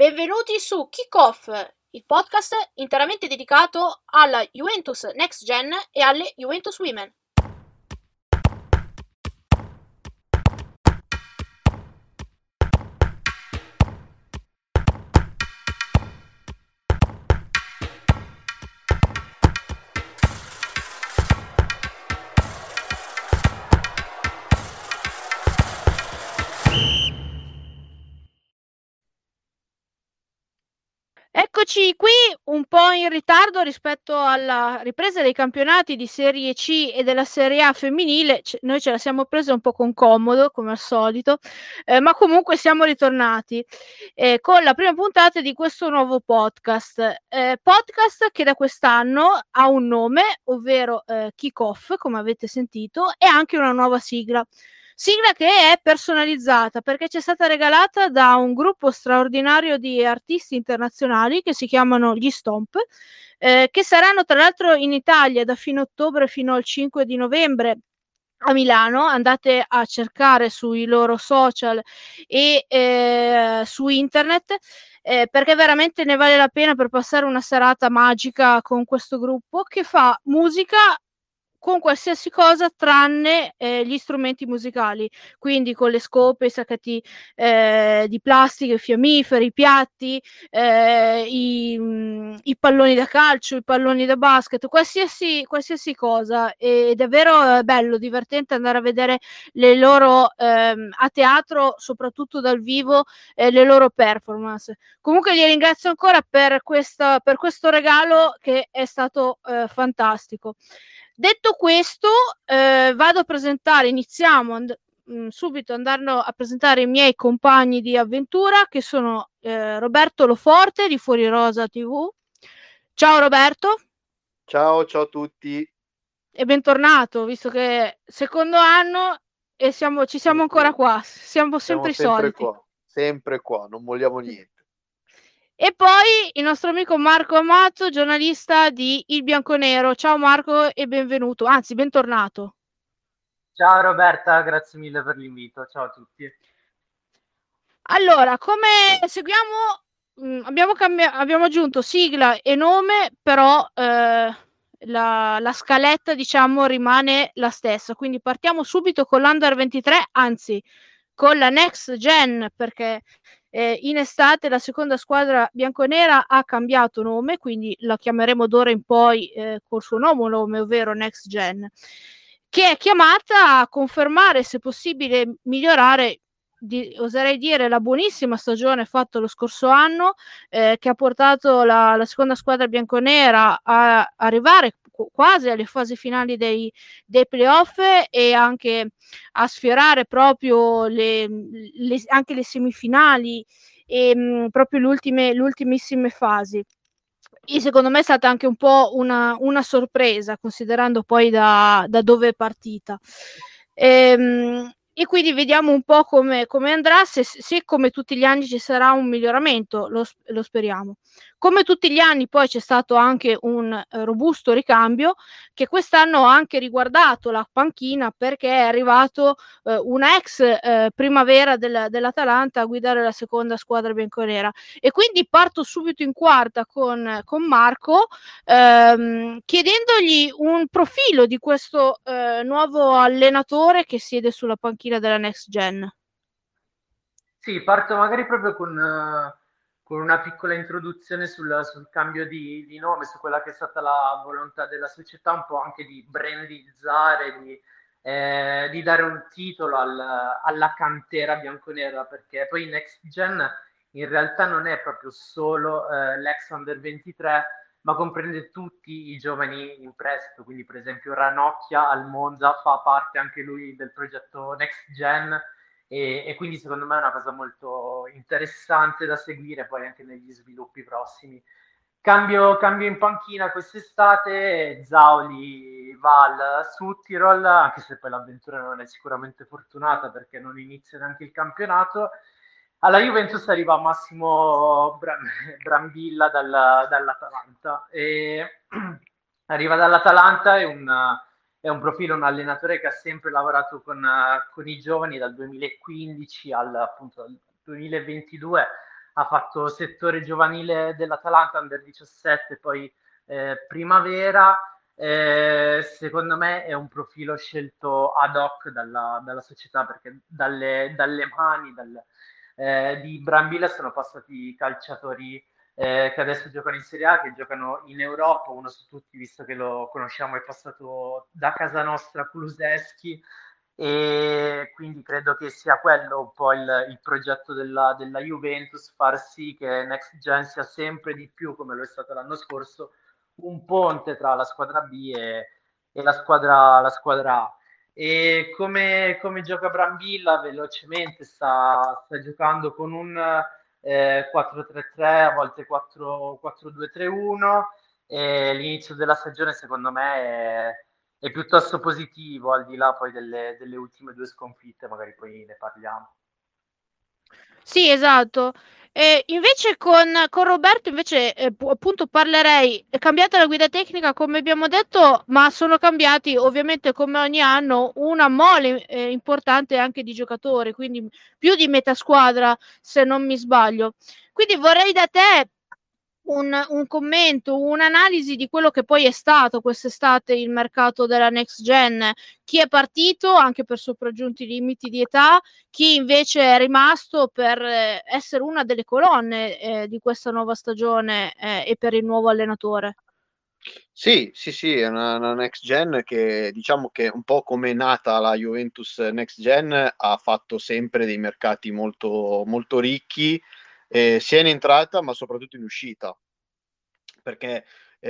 Benvenuti su Kickoff, il podcast interamente dedicato alla Juventus Next Gen e alle Juventus Women. Eccoci qui un po' in ritardo rispetto alla ripresa dei campionati di Serie C e della Serie A femminile. Noi ce la siamo presa un po' con comodo, come al solito, ma comunque siamo ritornati con la prima puntata di questo nuovo podcast. Podcast che da quest'anno ha un nome, ovvero Kick-Off, come avete sentito, e anche una nuova sigla. Sigla che è personalizzata perché ci è stata regalata da un gruppo straordinario di artisti internazionali che si chiamano gli Stomp, che saranno tra l'altro in Italia da fine ottobre fino al 5 di novembre a Milano. Andate a cercare sui loro social e su internet, perché veramente ne vale la pena per passare una serata magica con questo gruppo che fa musica con qualsiasi cosa tranne gli strumenti musicali, quindi con le scope, i sacchetti di plastica, i fiammiferi, i piatti, i palloni da calcio, i palloni da basket, qualsiasi cosa. È davvero bello, divertente andare a vedere le loro a teatro, soprattutto dal vivo, le loro performance. Comunque li ringrazio ancora per questo regalo che è stato fantastico. Detto questo, vado a presentare, subito andando a presentare i miei compagni di avventura, che sono Roberto Loforte di Fuori Rosa TV. Ciao Roberto. Ciao a tutti. E bentornato, visto che secondo anno e ci siamo ancora qua, siamo sempre i soliti. Sempre qua, non molliamo niente. E poi il nostro amico Marco Amato, giornalista di Il Bianconero. Ciao Marco e benvenuto, anzi bentornato. Ciao Roberta, grazie mille per l'invito, ciao a tutti. Allora, come seguiamo, abbiamo aggiunto sigla e nome, però la scaletta, diciamo, rimane la stessa. Quindi partiamo subito con l'Under 23, anzi con la Next Gen, perché in estate la seconda squadra bianconera ha cambiato nome, quindi la chiameremo d'ora in poi col suo nuovo nome, ovvero Next Gen, che è chiamata a confermare, se possibile migliorare, oserei dire, la buonissima stagione fatta lo scorso anno, che ha portato la seconda squadra bianconera a arrivare quasi alle fasi finali dei playoff e anche a sfiorare proprio anche le semifinali e proprio le ultimissime fasi. E secondo me è stata anche un po' una sorpresa, considerando poi da dove è partita. E quindi vediamo un po' come andrà, se come tutti gli anni ci sarà un miglioramento, lo speriamo. Come tutti gli anni poi c'è stato anche un robusto ricambio che quest'anno ha anche riguardato la panchina, perché è arrivato una ex primavera dell'Atalanta a guidare la seconda squadra bianconera. E quindi parto subito in quarta con Marco, chiedendogli un profilo di questo nuovo allenatore che siede sulla panchina della Next Gen. Sì, parto magari proprio con una piccola introduzione sul cambio di nome, su quella che è stata la volontà della società, un po' anche di brandizzare, di dare un titolo alla cantera bianconera, perché poi Next Gen in realtà non è proprio solo l'ex Under 23, ma comprende tutti i giovani in prestito, quindi per esempio Ranocchia al Monza fa parte anche lui del progetto Next Gen, e quindi secondo me è una cosa molto interessante da seguire poi anche negli sviluppi prossimi. Cambio in panchina quest'estate, Zauli va al Südtirol, anche se poi l'avventura non è sicuramente fortunata perché non inizia neanche il campionato. Alla Juventus arriva Massimo Brambilla dall'Atalanta. Arriva dall'Atalanta, è un profilo, un allenatore che ha sempre lavorato con i giovani dal 2015 appunto al 2022, ha fatto settore giovanile dell'Atalanta Under 17, poi primavera. Secondo me è un profilo scelto ad hoc dalla società, perché dalle mani di Brambilla sono passati calciatori che adesso giocano in Serie A, che giocano in Europa. Uno su tutti, visto che lo conosciamo, è passato da casa nostra, Kulusevski, e quindi credo che sia quello un po' il progetto della Juventus, far sì che Next Gen sia sempre di più, come lo è stato l'anno scorso, un ponte tra la squadra B e la squadra A. E come gioca Brambilla? Velocemente sta giocando con un 4-3-3, a volte 4-2-3-1. E l'inizio della stagione secondo me è piuttosto positivo, al di là poi delle ultime 2 sconfitte, magari poi ne parliamo. Sì, esatto. Invece con Roberto invece appunto parlerei, è cambiata la guida tecnica come abbiamo detto, ma sono cambiati ovviamente come ogni anno una mole importante anche di giocatori, quindi più di metà squadra se non mi sbaglio. Quindi vorrei da te un commento, un'analisi di quello che poi è stato quest'estate il mercato della Next Gen, chi è partito anche per sopraggiunti limiti di età, chi invece è rimasto per essere una delle colonne di questa nuova stagione e per il nuovo allenatore. Sì, è una next gen che diciamo che un po' come è nata la Juventus next gen ha fatto sempre dei mercati molto, molto ricchi, sia in entrata ma soprattutto in uscita, perché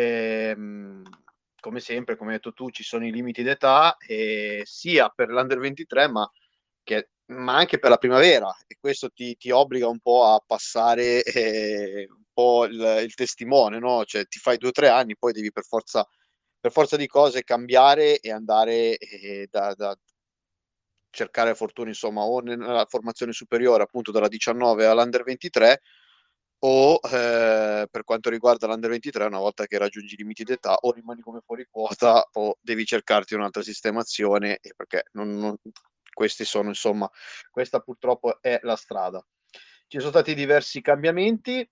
come sempre, come hai detto tu, ci sono i limiti d'età, sia per l'Under 23 ma anche per la primavera, e questo ti obbliga un po' a passare un po' il testimone, no? Cioè ti fai 2 o 3 anni, poi devi per forza di cose cambiare e andare da cercare fortuna, insomma, o nella formazione superiore, appunto dalla 19 all'Under 23, o per quanto riguarda l'Under 23, una volta che raggiungi i limiti d'età, o rimani come fuori quota o devi cercarti un'altra sistemazione, perché questi sono, insomma, questa purtroppo è la strada. Ci sono stati diversi cambiamenti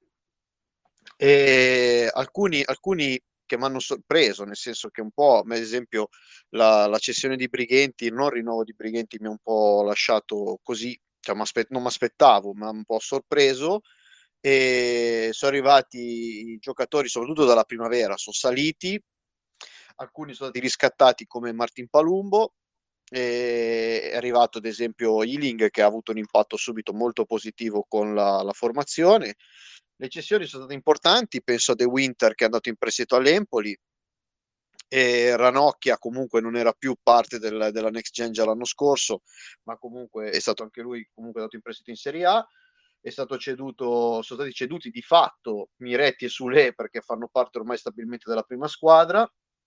e alcuni che mi hanno sorpreso, nel senso che un po', ad esempio, la cessione di Brighenti, il non rinnovo di Brighenti mi ha un po' lasciato così, cioè, non mi aspettavo, ma un po' sorpreso. E sono arrivati i giocatori, soprattutto dalla primavera, sono saliti, alcuni sono stati riscattati come Martin Palumbo, è arrivato ad esempio Ealing, che ha avuto un impatto subito molto positivo con la formazione. Le cessioni sono state importanti, penso a De Winter che è andato in prestito all'Empoli, e Ranocchia comunque non era più parte della Next Gen già l'anno scorso, ma comunque è stato anche lui comunque dato in prestito in Serie A. Sono stati ceduti di fatto Miretti e Sule, perché fanno parte ormai stabilmente della prima squadra.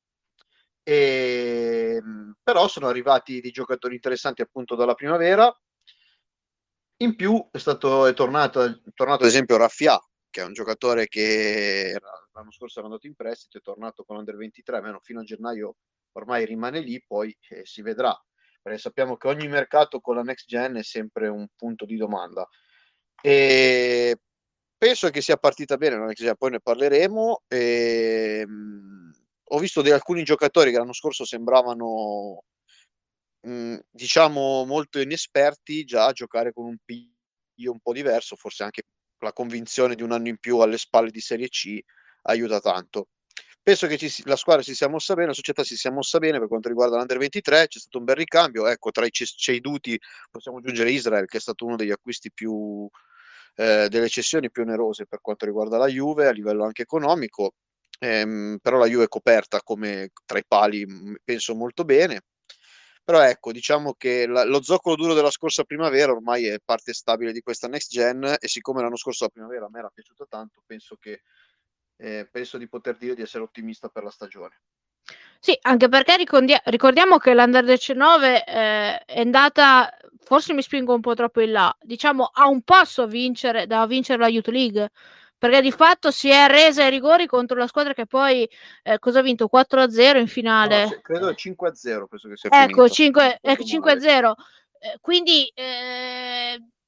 Però sono arrivati dei giocatori interessanti appunto dalla primavera. In più è tornato ad esempio Raffia, che è un giocatore che l'anno scorso era andato in prestito, è tornato con l'Under 23, almeno fino a gennaio ormai rimane lì, poi si vedrà, perché sappiamo che ogni mercato con la Next Gen è sempre un punto di domanda. E penso che sia partita bene la Next Gen, poi ne parleremo. Ho visto alcuni giocatori che l'anno scorso sembravano diciamo molto inesperti già a giocare con un piglio un po' diverso, forse anche la convinzione di un anno in più alle spalle di Serie C aiuta tanto. Penso che la squadra si sia mossa bene, la società si sia mossa bene per quanto riguarda l'Under 23, c'è stato un bel ricambio, ecco, tra i ceduti possiamo aggiungere Israel, che è stato uno degli acquisti più delle cessioni più onerose per quanto riguarda la Juve a livello anche economico, però la Juve è coperta come tra i pali, penso molto bene. Però ecco, diciamo che lo zoccolo duro della scorsa primavera ormai è parte stabile di questa next gen, e siccome l'anno scorso la primavera a me era piaciuta tanto, penso di poter dire di essere ottimista per la stagione. Sì, anche perché ricordiamo che l'Under 19 è andata, forse mi spingo un po' troppo in là, diciamo a un passo da vincere la Youth League, perché di fatto si è resa ai rigori contro la squadra che poi cosa ha vinto? 4-0 in finale. No, credo 5-0, penso che sia ecco, finita. 5-0. Quindi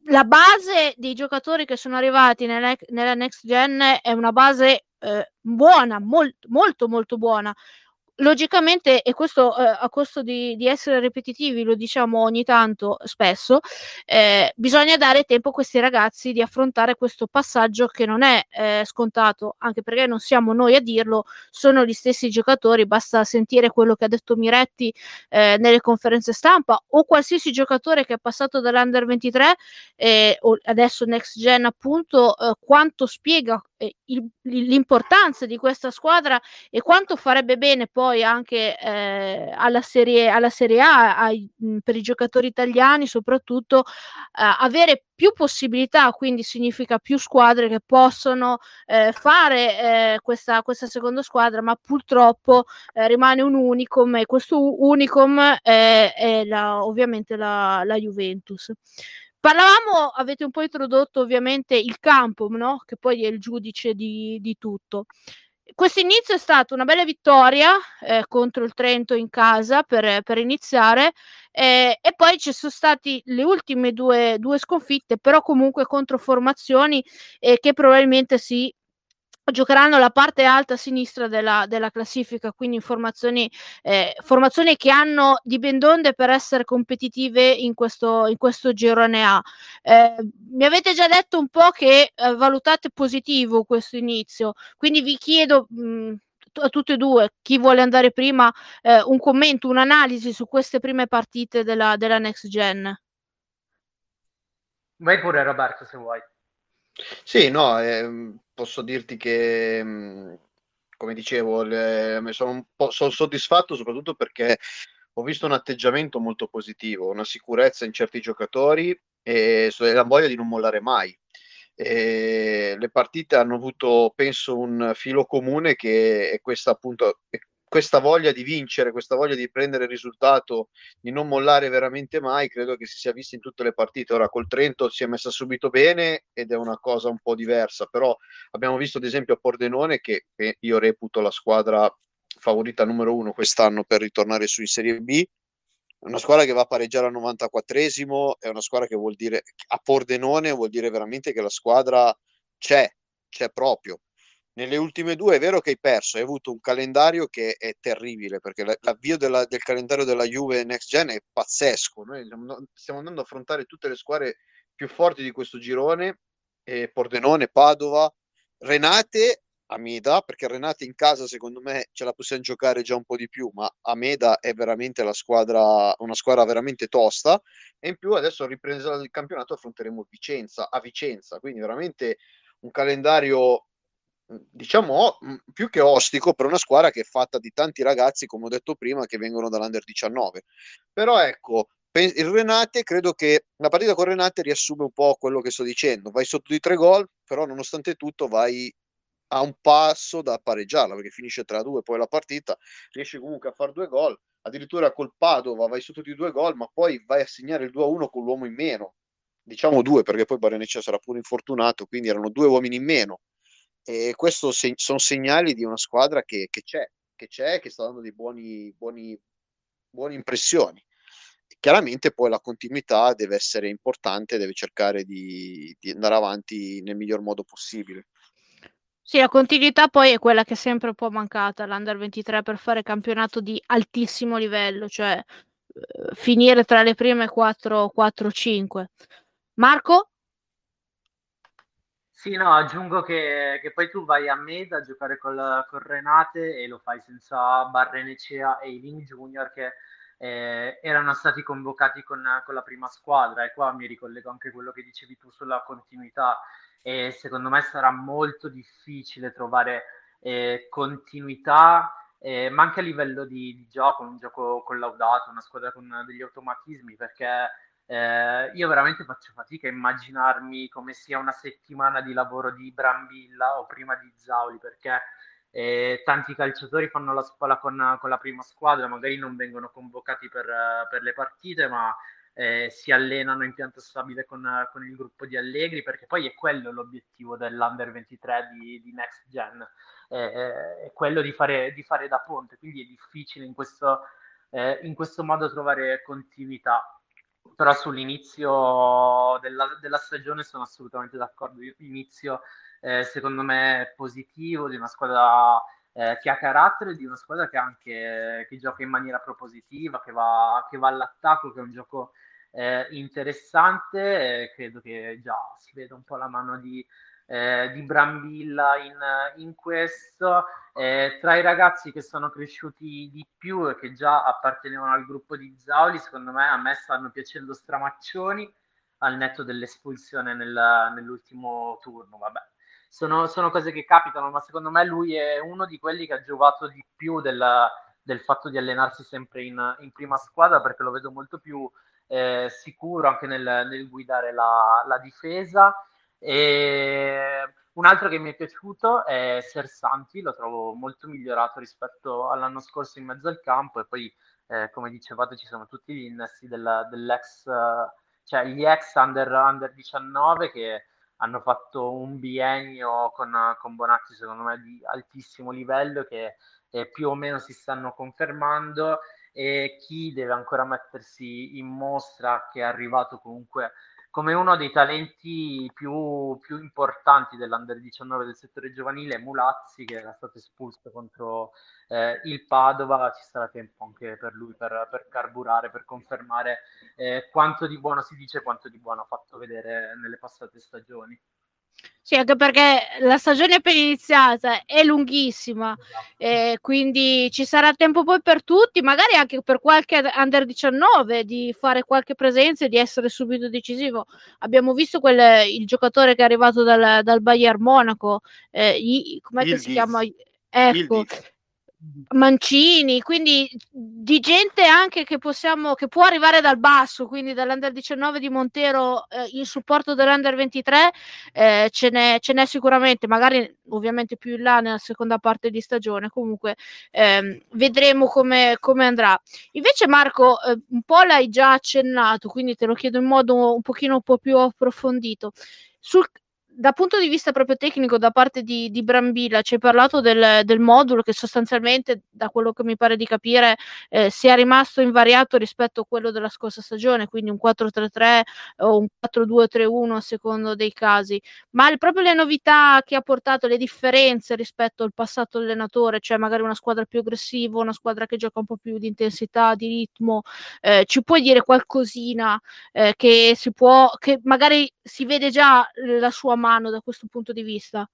la base dei giocatori che sono arrivati nella next gen è una base buona, molto molto buona. Logicamente, e questo a costo di essere ripetitivi, lo diciamo ogni tanto, spesso, bisogna dare tempo a questi ragazzi di affrontare questo passaggio che non è scontato, anche perché non siamo noi a dirlo, sono gli stessi giocatori, basta sentire quello che ha detto Miretti nelle conferenze stampa, o qualsiasi giocatore che è passato dall'Under 23 o adesso Next Gen appunto, quanto spiega l'importanza di questa squadra e quanto farebbe bene poi anche alla Serie A, per i giocatori italiani soprattutto, avere più possibilità, quindi significa più squadre che possono fare questa seconda squadra, ma purtroppo rimane un unicum, e questo unicum è ovviamente la Juventus. Parlavamo, avete un po' introdotto ovviamente il campo, no? Che poi è il giudice di tutto. Questo inizio è stata una bella vittoria contro il Trento in casa per iniziare, e poi ci sono stati le ultime due sconfitte, però comunque contro formazioni che probabilmente si giocheranno la parte alta a sinistra della classifica, quindi formazioni che hanno di ben donde per essere competitive in questo girone A. Mi avete già detto un po' che valutate positivo questo inizio, quindi vi chiedo a tutte e due, chi vuole andare prima, un commento, un'analisi su queste prime partite della next gen. Vai pure Roberto se vuoi. Sì, no, posso dirti che, come dicevo, sono un po' sono soddisfatto soprattutto perché ho visto un atteggiamento molto positivo, una sicurezza in certi giocatori e la voglia di non mollare mai. Le partite hanno avuto, penso, un filo comune che è questa appunto, questa voglia di vincere, questa voglia di prendere il risultato, di non mollare veramente mai, credo che si sia visto in tutte le partite. Ora col Trento si è messa subito bene ed è una cosa un po' diversa, però abbiamo visto ad esempio a Pordenone che io reputo la squadra favorita numero uno quest'anno per ritornare su in Serie B, una squadra che va a pareggiare al 94esimo, è una squadra che vuol dire, a Pordenone vuol dire veramente che la squadra c'è, c'è proprio. Nelle ultime due è vero che hai perso, hai avuto un calendario che è terribile, perché l'avvio del calendario della Juve Next Gen è pazzesco. Noi stiamo andando a affrontare tutte le squadre più forti di questo girone, Pordenone, Padova, Renate a Meda, perché Renate in casa secondo me ce la possiamo giocare già un po' di più, ma a Meda è veramente una squadra veramente tosta, e in più adesso ripresa il campionato affronteremo Vicenza, a Vicenza, quindi veramente un calendario diciamo più che ostico per una squadra che è fatta di tanti ragazzi, come ho detto prima, che vengono dall'Under 19. Però ecco, il Renate, credo che la partita con Renate riassume un po' quello che sto dicendo. Vai sotto di 3 gol, però nonostante tutto vai a un passo da pareggiarla, perché finisce 3-2 poi la partita, riesci comunque a fare 2 gol, addirittura col Padova vai sotto di 2 gol, ma poi vai a segnare il 2-1 con l'uomo in meno. Diciamo due, perché poi Barreneccia sarà pure infortunato, quindi erano 2 uomini in meno. E questo sono segnali di una squadra che sta dando dei buone impressioni. Chiaramente poi la continuità deve essere importante, deve cercare di andare avanti nel miglior modo possibile. Sì, la continuità poi è quella che è sempre un po' mancata all'Under 23 per fare campionato di altissimo livello, cioè finire tra le prime 4-5. Marco? Sì, no, aggiungo che poi tu vai a Meda a giocare col Renate e lo fai senza Barrenecea e Eiling Junior che erano stati convocati con la prima squadra, e qua mi ricollego anche a quello che dicevi tu sulla continuità, e secondo me sarà molto difficile trovare continuità, ma anche a livello di gioco, un gioco collaudato, una squadra con degli automatismi, perché io veramente faccio fatica a immaginarmi come sia una settimana di lavoro di Brambilla o prima di Zauli, perché tanti calciatori fanno la scuola con la prima squadra, magari non vengono convocati per le partite, ma si allenano in pianta stabile con il gruppo di Allegri, perché poi è quello l'obiettivo dell'Under 23 di Next Gen, è quello di fare da ponte, quindi è difficile in questo modo trovare continuità. però sull'inizio della stagione sono assolutamente d'accordo. L'inizio secondo me è positivo, di una squadra che ha carattere, di una squadra che anche che gioca in maniera propositiva, che va all'attacco, che è un gioco interessante. Credo che già si veda un po' la mano di Brambilla in questo. Tra i ragazzi che sono cresciuti di più e che già appartenevano al gruppo di Zauli, secondo me a me stanno piacendo Stramaccioni, al netto dell'espulsione nell'ultimo turno. Vabbè, sono cose che capitano, ma secondo me lui è uno di quelli che ha giovato di più del fatto di allenarsi sempre in prima squadra, perché lo vedo molto più sicuro anche nel guidare la difesa. E un altro che mi è piaciuto è Sersanti, lo trovo molto migliorato rispetto all'anno scorso in mezzo al campo. E poi, come dicevate, ci sono tutti gli innesti dell'ex, cioè gli ex under 19 che hanno fatto un biennio con Bonacci, secondo me, di altissimo livello, che più o meno si stanno confermando. E chi deve ancora mettersi in mostra, che è arrivato comunque come uno dei talenti più importanti dell'Under 19 del settore giovanile, Mulazzi, che era stato espulso contro il Padova. Ci sarà tempo anche per lui per carburare, per confermare quanto di buono si dice, quanto di buono ha fatto vedere nelle passate stagioni. Sì, anche perché la stagione è appena iniziata, è lunghissima, quindi ci sarà tempo poi per tutti, magari anche per qualche under 19 di fare qualche presenza e di essere subito decisivo. Abbiamo visto il giocatore che è arrivato dal Bayern Monaco, com'è che si chiama? Ecco, Mancini, quindi di gente anche che può arrivare dal basso, quindi dall'Under 19 di Montero, il supporto dell'Under 23 ce n'è sicuramente, magari ovviamente più in là nella seconda parte di stagione. Comunque vedremo come andrà. Invece Marco, un po' l'hai già accennato, quindi te lo chiedo in modo un po' più approfondito. Dal punto di vista proprio tecnico, da parte di Brambilla, ci hai parlato del modulo che sostanzialmente, da quello che mi pare di capire, sia rimasto invariato rispetto a quello della scorsa stagione, quindi un 4-3-3 o un 4-2-3-1 a secondo dei casi. Ma proprio le novità che ha portato, le differenze rispetto al passato allenatore, cioè magari una squadra più aggressiva, una squadra che gioca un po' più di intensità, di ritmo, ci puoi dire qualcosina che magari si vede già la sua mano da questo punto di vista?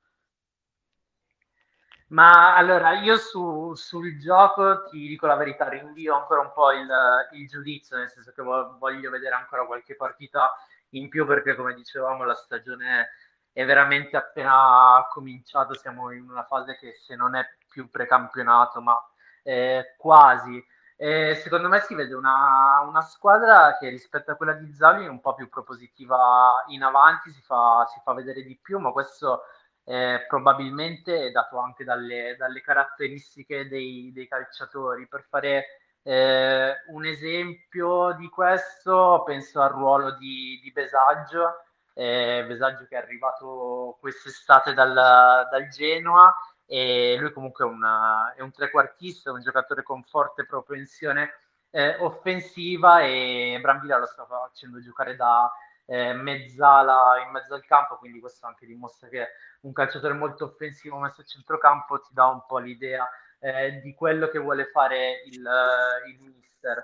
Ma allora, io sul gioco ti dico la verità, rinvio ancora un po' il giudizio, nel senso che voglio vedere ancora qualche partita in più, perché come dicevamo la stagione è veramente appena cominciata, siamo in una fase che se non è più precampionato, ma quasi. Secondo me si vede una squadra che rispetto a quella di Zali è un po' più propositiva in avanti, si fa vedere di più, ma questo probabilmente è dato anche dalle caratteristiche dei calciatori. Per fare un esempio di questo, penso al ruolo di Besaggio, Besaggio che è arrivato quest'estate dal Genoa, e lui comunque è un trequartista, un giocatore con forte propensione offensiva, e Brambilla lo sta facendo giocare da mezzala in mezzo al campo, quindi questo anche dimostra che un calciatore molto offensivo messo a centrocampo ti dà un po' l'idea di quello che vuole fare il mister.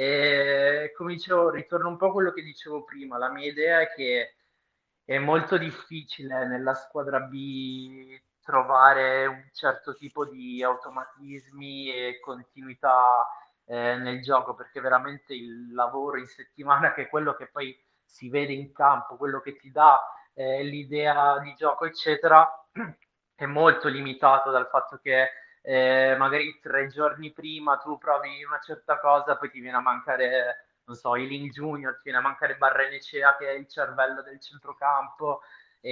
E come dicevo, ritorno un po' a quello che dicevo prima, la mia idea è che è molto difficile nella squadra B trovare un certo tipo di automatismi e continuità nel gioco, perché veramente il lavoro in settimana, che è quello che poi si vede in campo, quello che ti dà l'idea di gioco, eccetera, è molto limitato dal fatto che magari 3 giorni prima tu provi una certa cosa, poi ti viene a mancare, non so, Ealing Junior, ti viene a mancare Barrenecea, che è il cervello del centrocampo,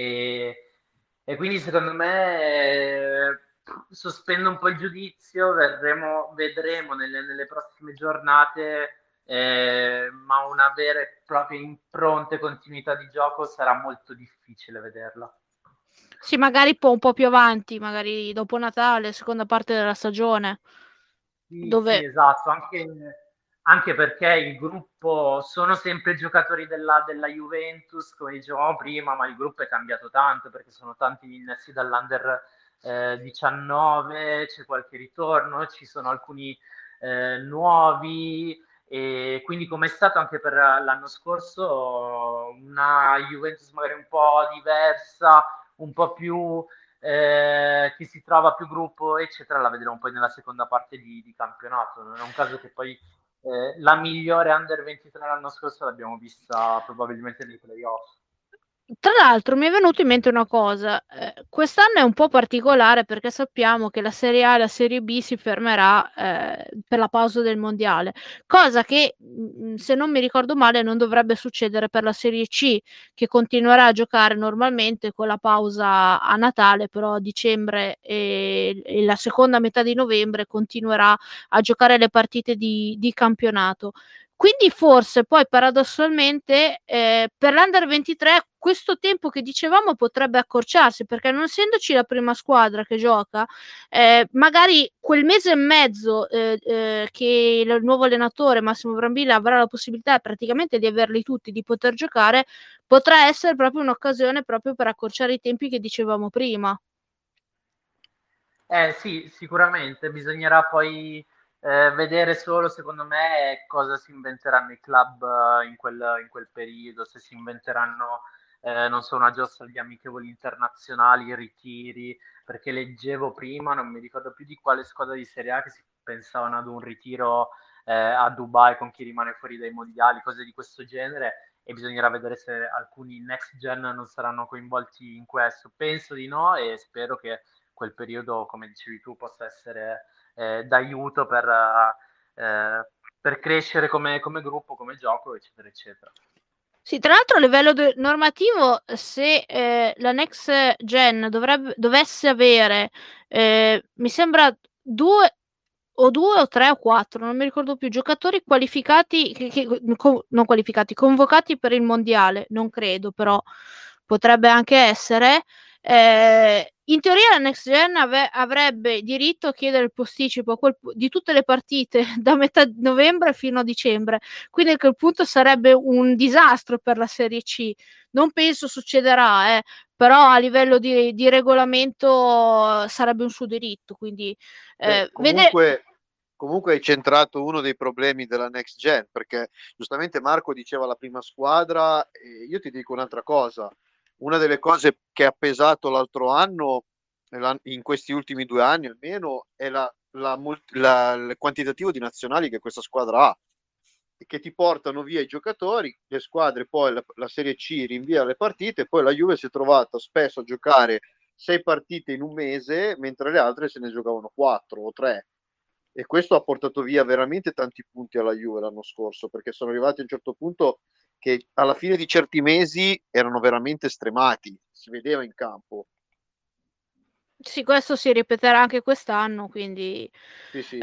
e quindi secondo me sospendo un po' il giudizio, vedremo nelle prossime giornate, ma una vera e propria impronta e continuità di gioco sarà molto difficile vederla. Sì, magari un po' più avanti, magari dopo Natale, seconda parte della stagione. Sì, sì, esatto, anche perché il gruppo sono sempre giocatori della Juventus, come dicevamo prima, ma il gruppo è cambiato tanto perché sono tanti gli innessi dall'Under 19, c'è qualche ritorno, ci sono alcuni nuovi, e quindi come è stato anche per l'anno scorso, una Juventus magari un po' diversa, un po' più che si trova più gruppo, eccetera, la vedremo poi nella seconda parte di campionato. Non è un caso che poi la migliore Under 23 l'anno scorso l'abbiamo vista probabilmente nei playoff. Tra l'altro mi è venuto in mente una cosa, quest'anno è un po' particolare perché sappiamo che la Serie A e la Serie B si fermerà per la pausa del mondiale, cosa che se non mi ricordo male non dovrebbe succedere per la Serie C, che continuerà a giocare normalmente con la pausa a Natale, però a dicembre e la seconda metà di novembre continuerà a giocare le partite di campionato. Quindi forse poi paradossalmente per l'Under 23 questo tempo che dicevamo potrebbe accorciarsi, perché non essendoci la prima squadra che gioca, magari quel mese e mezzo che il nuovo allenatore Massimo Brambilla avrà la possibilità praticamente di averli tutti, di poter giocare, potrà essere proprio un'occasione proprio per accorciare i tempi che dicevamo prima. Sì, sicuramente bisognerà poi vedere solo, secondo me, cosa si inventeranno i club in quel periodo, se si inventeranno, non so, una giostra di amichevoli internazionali, ritiri, perché leggevo prima, non mi ricordo più di quale squadra di Serie A, che si pensavano ad un ritiro a Dubai con chi rimane fuori dai mondiali, cose di questo genere, e bisognerà vedere se alcuni next gen non saranno coinvolti in questo. Penso di no e spero che quel periodo, come dicevi tu, possa essere d'aiuto per crescere come gruppo, come gioco, eccetera, eccetera. Sì, tra l'altro a livello normativo, se la Next Gen dovesse avere, mi sembra due o tre o quattro, non mi ricordo più, giocatori qualificati, non qualificati, convocati per il mondiale, non credo, però potrebbe anche essere. In teoria la Next Gen avrebbe diritto a chiedere il posticipo di tutte le partite da metà novembre fino a dicembre, quindi a quel punto sarebbe un disastro per la Serie C. Non penso succederà, però a livello di regolamento sarebbe un suo diritto, quindi comunque hai centrato uno dei problemi della next gen, perché giustamente Marco diceva la prima squadra, e io ti dico un'altra cosa. Una delle cose che ha pesato l'altro anno, in questi ultimi 2 anni almeno, è il quantitativo di nazionali che questa squadra ha, e che ti portano via i giocatori, le squadre poi la Serie C rinvia le partite, poi la Juve si è trovata spesso a giocare 6 partite in un mese, mentre le altre se ne giocavano 4 o 3. E questo ha portato via veramente tanti punti alla Juve l'anno scorso, perché sono arrivati a un certo punto che alla fine di certi mesi erano veramente stremati, si vedeva in campo. sì, questo si ripeterà anche quest'anno, quindi Sì.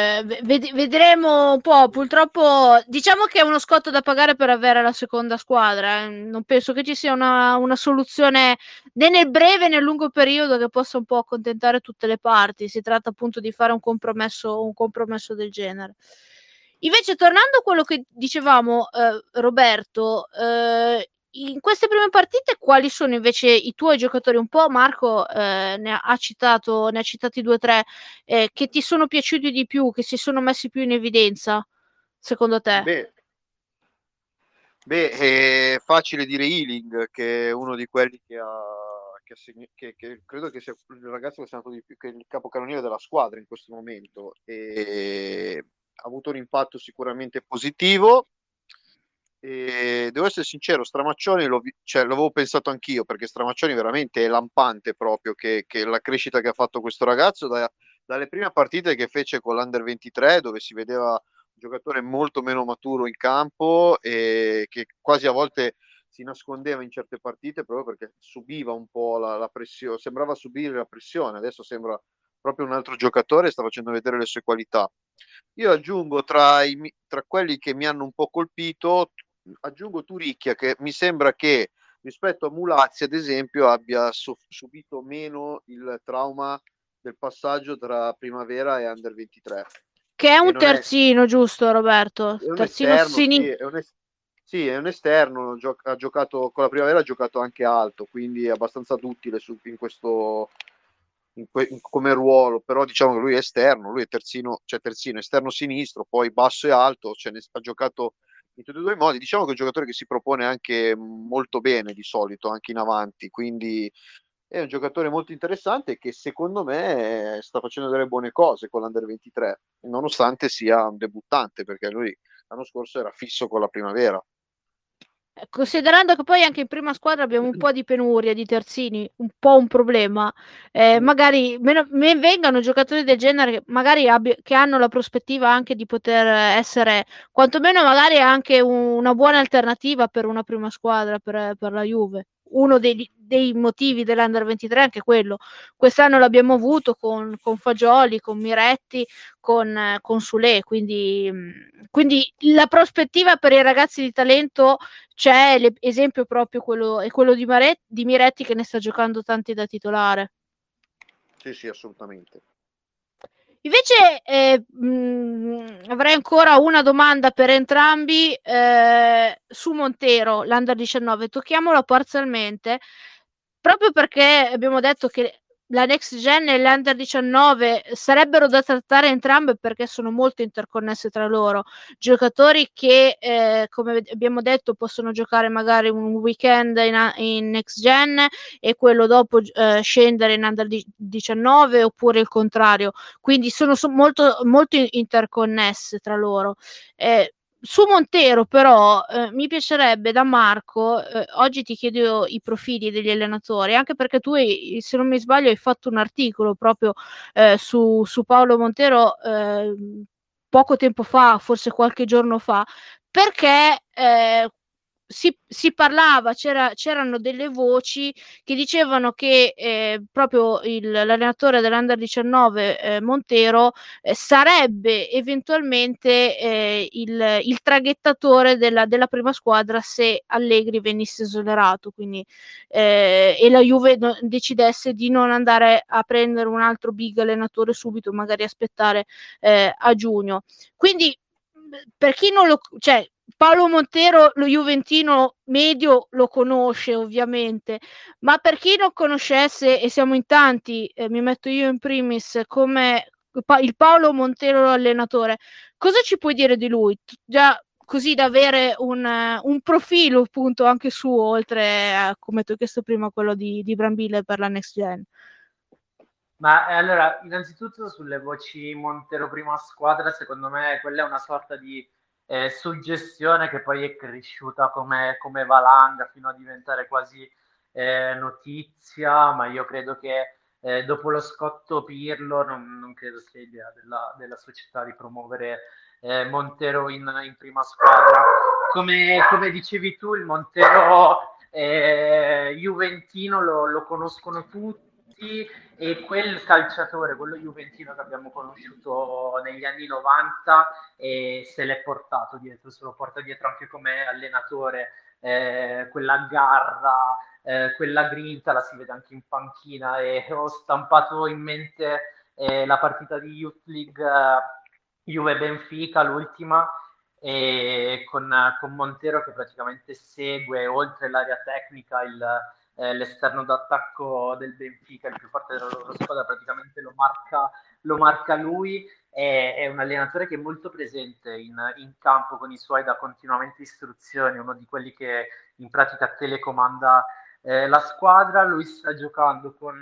vedremo un po'. Purtroppo diciamo che è uno scotto da pagare per avere la seconda squadra. Non penso che ci sia una soluzione né nel breve né nel lungo periodo che possa un po' accontentare tutte le parti. Si tratta appunto di fare un compromesso del genere. Invece, tornando a quello che dicevamo, Roberto, in queste prime partite quali sono invece i tuoi giocatori? Un po' Marco ne ha citati 2 o 3 che ti sono piaciuti di più, che si sono messi più in evidenza, secondo te? È facile dire Ealing, che è uno di quelli che credo che sia il ragazzo che è stato di più, che è il capocannoniere della squadra in questo momento, e ha avuto un impatto sicuramente positivo. E devo essere sincero, Stramaccioni l'avevo pensato anch'io, perché Stramaccioni veramente è lampante proprio che la crescita che ha fatto questo ragazzo dalle prime partite che fece con l'Under 23, dove si vedeva un giocatore molto meno maturo in campo e che quasi a volte si nascondeva in certe partite proprio perché subiva un po' la pressione, sembrava subire la pressione. Adesso sembra proprio un altro giocatore, sta facendo vedere le sue qualità. Io aggiungo tra quelli che mi hanno un po' colpito, aggiungo Turicchia, che mi sembra che rispetto a Mulazzi, ad esempio, abbia subito meno il trauma del passaggio tra primavera e Under 23. Che è e un non è, terzino, giusto Roberto? è un Terzino esterno, sinistro. sì, è un esterno, ha giocato con la Primavera, ha giocato anche alto, quindi è abbastanza duttile in questo, come ruolo, però diciamo che lui è esterno, lui è terzino, cioè terzino, esterno sinistro, poi basso e alto, ha giocato in tutti e due i modi. Diciamo che è un giocatore che si propone anche molto bene di solito, anche in avanti, quindi è un giocatore molto interessante che secondo me sta facendo delle buone cose con l'Under 23, nonostante sia un debuttante, perché lui l'anno scorso era fisso con la Primavera. Considerando che poi anche in prima squadra abbiamo un po' di penuria di terzini, un po' un problema, magari vengano giocatori del genere che magari che hanno la prospettiva anche di poter essere quantomeno magari anche una buona alternativa per una prima squadra per la Juve. Uno dei motivi dell'Under 23 è anche quello. Quest'anno l'abbiamo avuto con Fagioli, con Miretti, con Sule, quindi la prospettiva per i ragazzi di talento c'è, l'esempio proprio è quello di Miretti, che ne sta giocando tanti da titolare. Sì, assolutamente. Invece avrei ancora una domanda per entrambi su Montero, l'Under 19. Tocchiamola parzialmente, proprio perché abbiamo detto che la Next Gen e l'Under 19 sarebbero da trattare entrambe perché sono molto interconnesse tra loro. Giocatori che, come abbiamo detto, possono giocare magari un weekend in Next Gen e quello dopo scendere in Under 19, oppure il contrario. Quindi sono molto, molto interconnesse tra loro. Su Montero però mi piacerebbe, da Marco, oggi ti chiedo i profili degli allenatori, anche perché tu se non mi sbaglio hai fatto un articolo proprio su Paolo Montero poco tempo fa, forse qualche giorno fa, perché si parlava, c'erano delle voci che dicevano che proprio l'allenatore dell'Under 19 Montero sarebbe eventualmente il traghettatore della prima squadra se Allegri venisse esonerato, quindi e la Juve decidesse di non andare a prendere un altro big allenatore subito, magari aspettare a giugno. Quindi per chi non lo, cioè, Paolo Montero, lo juventino medio, lo conosce ovviamente, ma per chi non conoscesse, e siamo in tanti, mi metto io in primis, come il Paolo Montero allenatore, cosa ci puoi dire di lui? Già così da avere un profilo appunto anche suo, oltre a, come ti ho chiesto prima, quello di Brambilla per la Next Gen. Ma allora, innanzitutto sulle voci Montero prima squadra, secondo me quella è una sorta di suggestione che poi è cresciuta come valanga fino a diventare quasi notizia, ma io credo che dopo lo scotto Pirlo non credo sia idea della società di promuovere Montero in prima squadra. Come dicevi tu, il Montero juventino lo conoscono tutti, e quel calciatore, quello juventino che abbiamo conosciuto negli anni 90, se l'è portato dietro, se lo porta dietro anche come allenatore, quella garra, quella grinta la si vede anche in panchina, e ho stampato in mente la partita di Youth League Juve-Benfica, l'ultima, e con Montero che praticamente segue oltre l'area tecnica l'esterno d'attacco del Benfica, il più forte della loro squadra, praticamente lo marca lui. È un allenatore che è molto presente in campo con i suoi, dà continuamente istruzioni, uno di quelli che in pratica telecomanda la squadra. Lui sta giocando con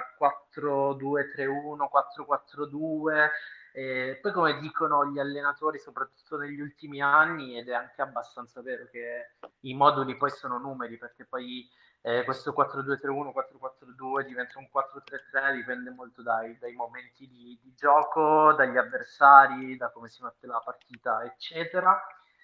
4-2-3-1, 4-4-2. Poi, come dicono gli allenatori, soprattutto negli ultimi anni, ed è anche abbastanza vero, che i moduli poi sono numeri, perché poi questo 4-2-3-1, 4-4-2 diventa un 4-3-3, dipende molto dai momenti di gioco, dagli avversari, da come si mette la partita, eccetera.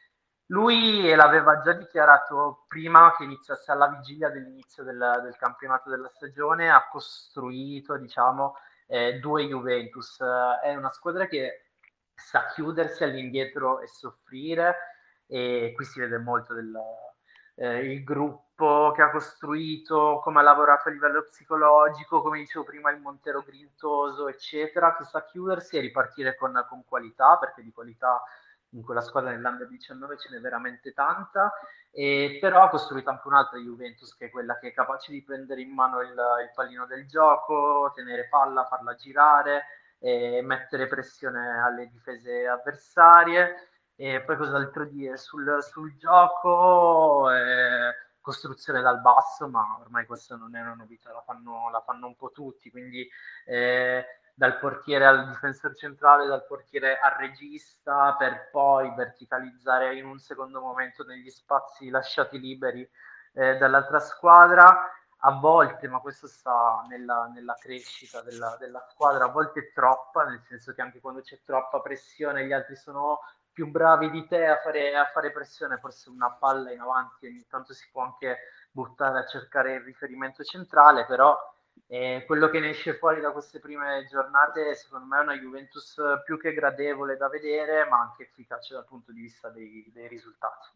Lui l'aveva già dichiarato prima che iniziasse, alla vigilia dell'inizio del campionato della stagione, ha costruito, diciamo, due Juventus. È una squadra che sa chiudersi all'indietro e soffrire, e qui si vede molto il gruppo che ha costruito, come ha lavorato a livello psicologico, come dicevo prima, il Montero grintoso, eccetera, che sa chiudersi e ripartire con qualità, perché di qualità in quella squadra nell'Under 19 ce n'è veramente tanta, però ha costruito anche un'altra Juventus, che è quella che è capace di prendere in mano il pallino del gioco, tenere palla, farla girare, mettere pressione alle difese avversarie. E poi cos'altro dire sul gioco? Costruzione dal basso, ma ormai questa non è una novità, la fanno un po' tutti, quindi dal portiere al difensore centrale, dal portiere al regista, per poi verticalizzare in un secondo momento negli spazi lasciati liberi dall'altra squadra. A volte, ma questo sta nella crescita della squadra, a volte è troppa, nel senso che anche quando c'è troppa pressione gli altri sono più bravi di te a fare pressione, forse una palla in avanti ogni tanto si può anche buttare a cercare il riferimento centrale, però quello che ne esce fuori da queste prime giornate secondo me è una Juventus più che gradevole da vedere, ma anche efficace dal punto di vista dei risultati.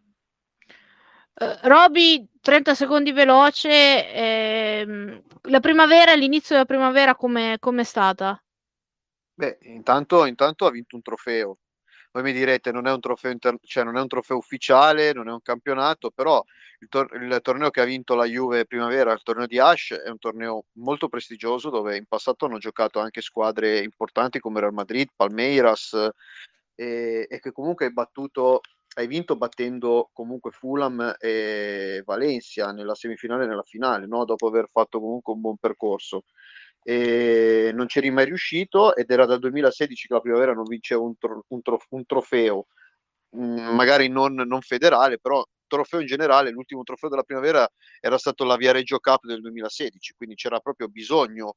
Roby, 30 secondi veloce, la primavera, l'inizio della primavera come è stata? Beh, intanto ha vinto un trofeo. Voi mi direte, non è un trofeo, cioè non è un trofeo ufficiale, non è un campionato, però il torneo che ha vinto la Juve primavera, il torneo di Ash, è un torneo molto prestigioso dove in passato hanno giocato anche squadre importanti come Real Madrid, Palmeiras, e che comunque hai vinto battendo comunque Fulham e Valencia nella semifinale e nella finale, no? Dopo aver fatto comunque un buon percorso. E non c'eri mai riuscito ed era dal 2016 che la primavera non vinceva un trofeo, magari non federale, però trofeo in generale. L'ultimo trofeo della primavera era stato la Viareggio Cup del 2016, quindi c'era proprio bisogno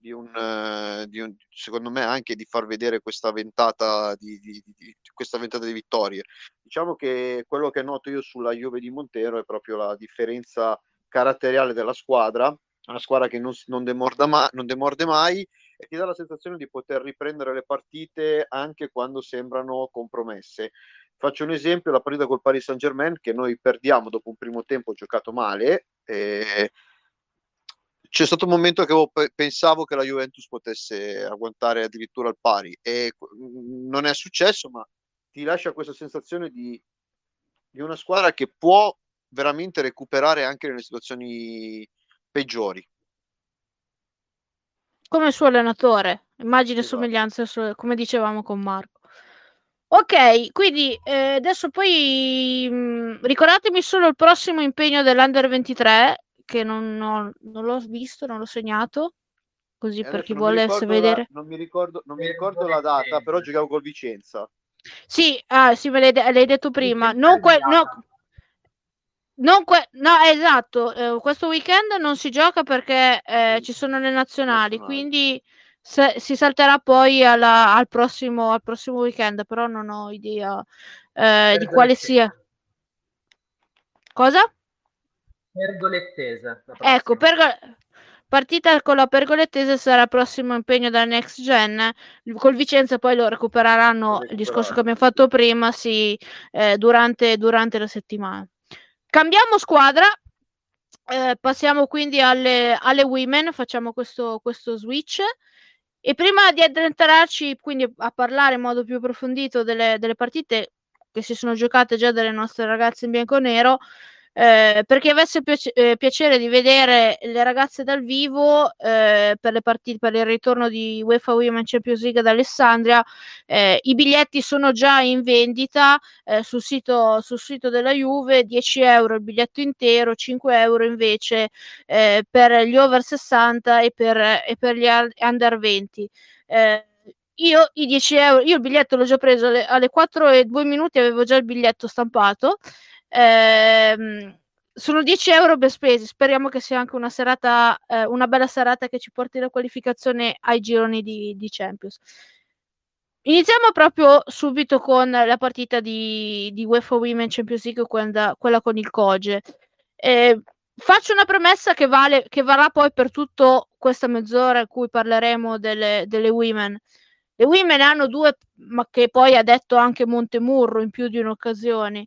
secondo me anche di far vedere questa ventata questa ventata di vittorie. Diciamo che quello che noto io sulla Juve di Montero è proprio la differenza caratteriale della squadra, una squadra che non demorde mai e ti dà la sensazione di poter riprendere le partite anche quando sembrano compromesse. Faccio un esempio, la partita col Paris Saint-Germain che noi perdiamo dopo un primo tempo giocato male. C'è stato un momento che pensavo che la Juventus potesse agguantare addirittura il pari e non è successo, ma ti lascia questa sensazione di una squadra che può veramente recuperare anche nelle situazioni peggiori. Come il suo allenatore, immagine Esatto. somiglianze come dicevamo con Marco. Ok, quindi adesso poi ricordatemi solo il prossimo impegno dell'Under 23 che non l'ho visto, non l'ho segnato, così per chi volesse vedere. Non mi ricordo la data, però giocavo col Vicenza. Sì, sì, me l'hai detto prima. No, esatto, questo weekend non si gioca perché ci sono le nazionali, quindi si salterà poi al prossimo weekend, però non ho idea di quale sia. Cosa? Pergolettese. Ecco, partita con la Pergolettese sarà il prossimo impegno da Next Gen. Col Vicenza poi lo recupereranno, il discorso che abbiamo fatto prima, sì, durante la settimana. Cambiamo squadra, passiamo quindi alle women, facciamo questo switch. E prima di addentrarci quindi a parlare in modo più approfondito delle partite che si sono giocate già dalle nostre ragazze in bianco e nero, per chi avesse piacere di vedere le ragazze dal vivo per le partite, per il ritorno di UEFA Women Champions League ad Alessandria, i biglietti sono già in vendita sul sito della Juve. 10 euro il biglietto intero, 5 euro invece per gli over 60 e per gli under 20. Io i 10 euro, io il biglietto l'ho già preso alle 4:02, avevo già il biglietto stampato. Sono 10 euro ben spesi. Speriamo che sia anche una serata, una bella serata che ci porti la qualificazione ai gironi di Champions. Iniziamo proprio subito con la partita di UEFA Women Champions League, quella con il Coge. Faccio una premessa che varrà poi per tutta questa mezz'ora in cui parleremo delle women. Le women hanno due, ma che poi ha detto anche Montemurro in più di un'occasione,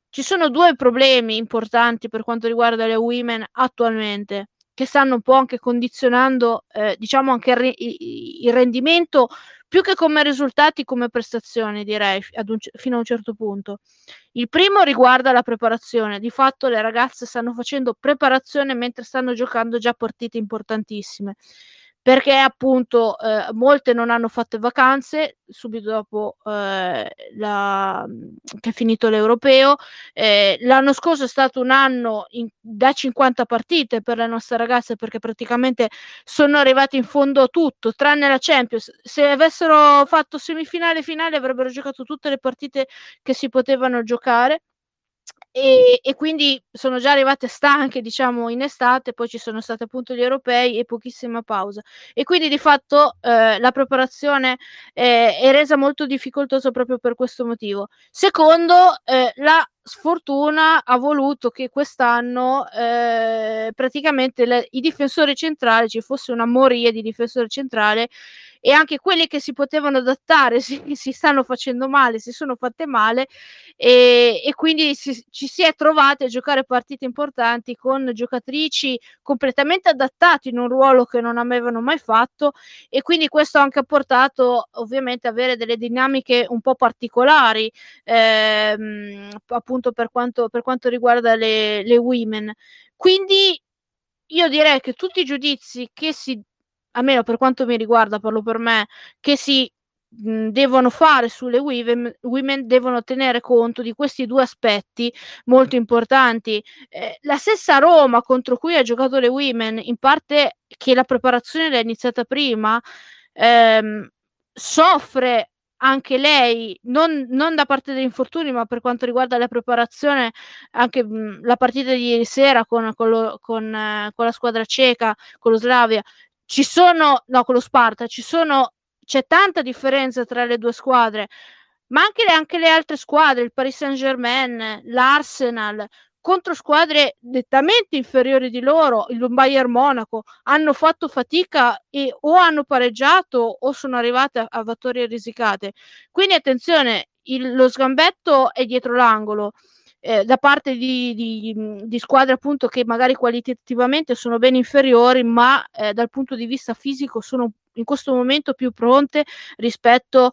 ci sono due problemi importanti per quanto riguarda le women attualmente, che stanno un po' anche condizionando, diciamo anche il rendimento, più che come risultati, come prestazioni, direi, fino a un certo punto. Il primo riguarda la preparazione. Di fatto le ragazze stanno facendo preparazione mentre stanno giocando già partite importantissime, perché appunto molte non hanno fatto vacanze subito dopo che è finito l'Europeo. L'anno scorso è stato un anno da 50 partite per le nostre ragazze, perché praticamente sono arrivati in fondo a tutto, tranne la Champions. Se avessero fatto semifinale e finale avrebbero giocato tutte le partite che si potevano giocare. E quindi sono già arrivate stanche, diciamo, in estate, poi ci sono stati appunto gli europei e pochissima pausa, e quindi di fatto la preparazione è resa molto difficoltosa proprio per questo motivo. Secondo, la sfortuna ha voluto che quest'anno praticamente i difensori centrali, ci fosse una moria di difensori centrali, e anche quelli che si potevano adattare si stanno facendo male, si sono fatte male, e quindi ci si è trovati a giocare partite importanti con giocatrici completamente adattate in un ruolo che non avevano mai fatto, e quindi questo anche ha portato ovviamente a avere delle dinamiche un po' particolari, appunto per quanto riguarda le women. Quindi io direi che tutti i giudizi che almeno per quanto mi riguarda, parlo per me, che devono fare sulle women devono tenere conto di questi due aspetti molto importanti. La stessa Roma, contro cui ha giocato le women, in parte che la preparazione l'ha iniziata prima, soffre anche lei, non da parte degli infortuni, ma per quanto riguarda la preparazione. Anche la partita di ieri sera con la squadra ceca, con lo Slavia, con lo Sparta, c'è tanta differenza tra le due squadre, ma anche le altre squadre, il Paris Saint-Germain, l'Arsenal, contro squadre nettamente inferiori di loro, il Bayern Monaco, hanno fatto fatica e o hanno pareggiato o sono arrivate a vittorie risicate. Quindi attenzione, lo sgambetto è dietro l'angolo. Da parte di squadre appunto che magari qualitativamente sono ben inferiori, ma dal punto di vista fisico sono in questo momento più pronte rispetto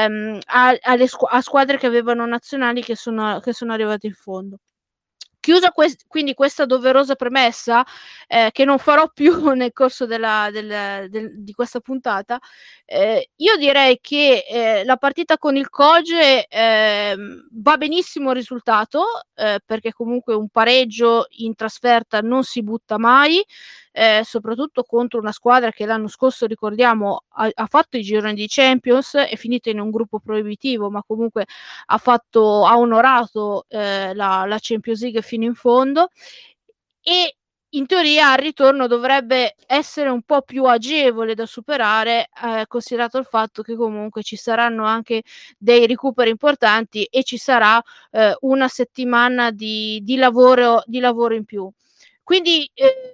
a squadre che avevano nazionali che sono arrivate in fondo. Chiusa quindi questa doverosa premessa, che non farò più nel corso di questa puntata, io direi che la partita con il Coge va benissimo il risultato, perché comunque un pareggio in trasferta non si butta mai, soprattutto contro una squadra che l'anno scorso, ricordiamo, ha fatto i gironi di Champions, è finita in un gruppo proibitivo, ma comunque ha onorato la Champions League fino in fondo, e in teoria al ritorno dovrebbe essere un po' più agevole da superare, considerato il fatto che comunque ci saranno anche dei recuperi importanti e ci sarà una settimana di lavoro in più. Quindi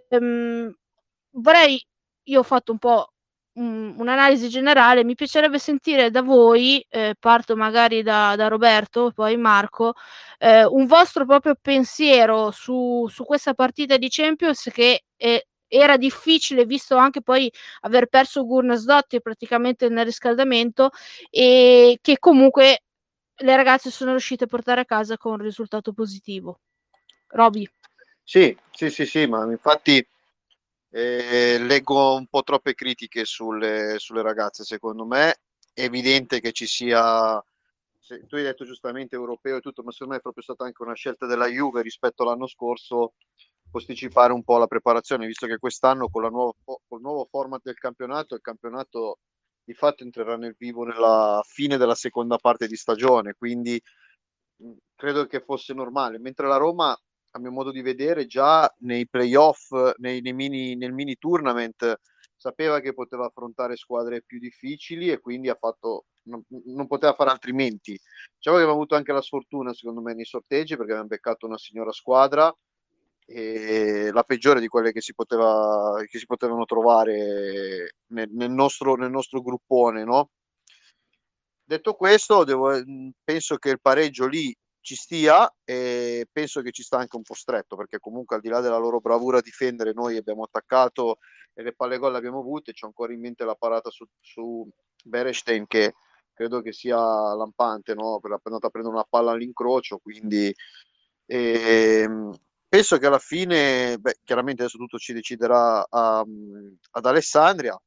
io ho fatto un po' un'analisi generale, mi piacerebbe sentire da voi, parto magari da Roberto, poi Marco, un vostro proprio pensiero su questa partita di Champions, che era difficile, visto anche poi aver perso Gunnarsdottir praticamente nel riscaldamento, e che comunque le ragazze sono riuscite a portare a casa con un risultato positivo. Roby. Sì, ma infatti leggo un po' troppe critiche sulle ragazze. Secondo me è evidente che ci sia, tu hai detto giustamente europeo e tutto, ma secondo me è proprio stata anche una scelta della Juve rispetto all'anno scorso, posticipare un po' la preparazione, visto che quest'anno col nuovo format del campionato, il campionato di fatto entrerà nel vivo nella fine della seconda parte di stagione, quindi credo che fosse normale, mentre la Roma, a mio modo di vedere, già nei playoff, nel mini tournament, sapeva che poteva affrontare squadre più difficili e quindi non poteva fare altrimenti. Diciamo che abbiamo avuto anche la sfortuna, secondo me, nei sorteggi, perché abbiamo beccato una signora squadra, e la peggiore di quelle che si potevano trovare nel nostro gruppone, no? Detto questo, penso che il pareggio lì ci stia, e penso che ci sta anche un po' stretto, perché comunque al di là della loro bravura a difendere, noi abbiamo attaccato e le palle gol le abbiamo avute. C'ho ancora in mente la parata su Berestein, che credo che sia lampante, no? Per andata a prendere una palla all'incrocio, quindi penso che alla fine, chiaramente adesso tutto ci deciderà ad Alessandria,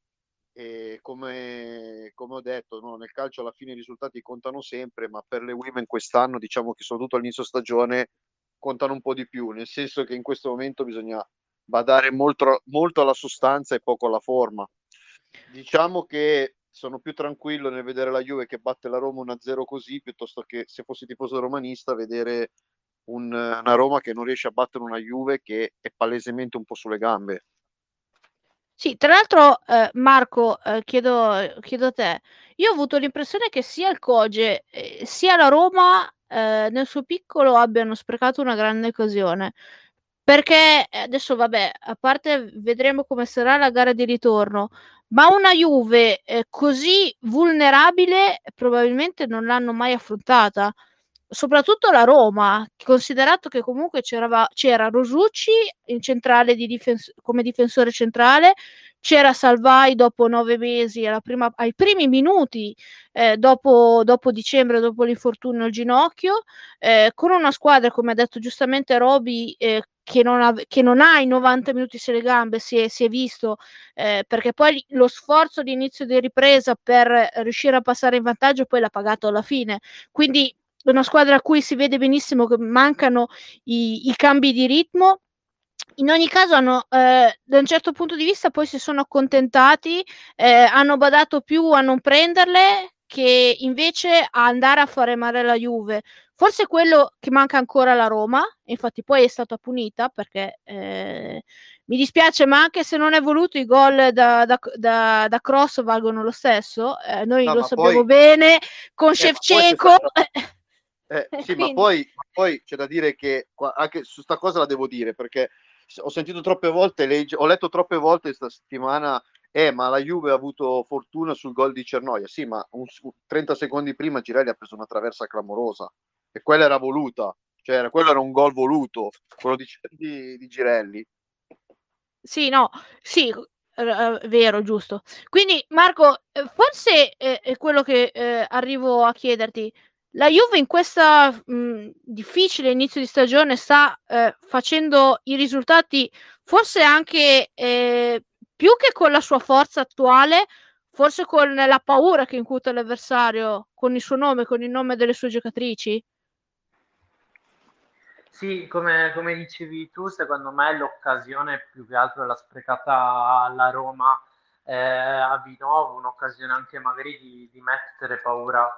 e come ho detto, no, nel calcio alla fine i risultati contano sempre, ma per le women quest'anno, diciamo che soprattutto all'inizio stagione contano un po' di più, nel senso che in questo momento bisogna badare molto, molto alla sostanza e poco alla forma. Diciamo che sono più tranquillo nel vedere la Juve che batte la Roma 1-0 così, piuttosto che, se fossi tifoso romanista, vedere una Roma che non riesce a battere una Juve che è palesemente un po' sulle gambe. Sì, tra l'altro, Marco, chiedo a te, io ho avuto l'impressione che sia il Coge sia la Roma nel suo piccolo abbiano sprecato una grande occasione. Perché adesso, vabbè, a parte vedremo come sarà la gara di ritorno, ma una Juve così vulnerabile probabilmente non l'hanno mai affrontata. Soprattutto la Roma, considerato che comunque c'era Rosucci in centrale come difensore centrale, c'era Salvai dopo 9 mesi, ai primi minuti dopo dicembre, dopo l'infortunio al ginocchio, con una squadra, come ha detto giustamente Roby, che non ha i 90 minuti sulle gambe, si è visto, perché poi lo sforzo di inizio di ripresa per riuscire a passare in vantaggio poi l'ha pagato alla fine. Quindi una squadra a cui si vede benissimo che mancano i cambi di ritmo. In ogni caso da un certo punto di vista poi si sono accontentati, hanno badato più a non prenderle che invece a andare a fare male alla Juve. Forse quello che manca ancora alla Roma, infatti poi è stata punita perché mi dispiace, ma anche se non è voluto i gol da cross valgono lo stesso, noi No, lo ma sappiamo poi, bene con ma poi c'è Shevchenko. stata. Sì, ma Quindi poi c'è da dire che anche su sta cosa la devo dire, perché ho sentito troppe volte, ho letto troppe volte questa settimana, ma la Juve ha avuto fortuna sul gol di Cernoia. Sì, ma 30 secondi prima Girelli ha preso una traversa clamorosa e quella era voluta, cioè quello era un gol voluto, quello di Girelli. sì, no, sì, vero, giusto. Quindi Marco, forse è quello che arrivo a chiederti. La Juve in questa difficile inizio di stagione sta facendo i risultati forse anche più che con la sua forza attuale, forse con la paura che incute l'avversario, con il suo nome, con il nome delle sue giocatrici? Sì, come dicevi tu, secondo me l'occasione più che altro l'ha sprecata alla Roma a Vinovo, un'occasione anche magari di mettere paura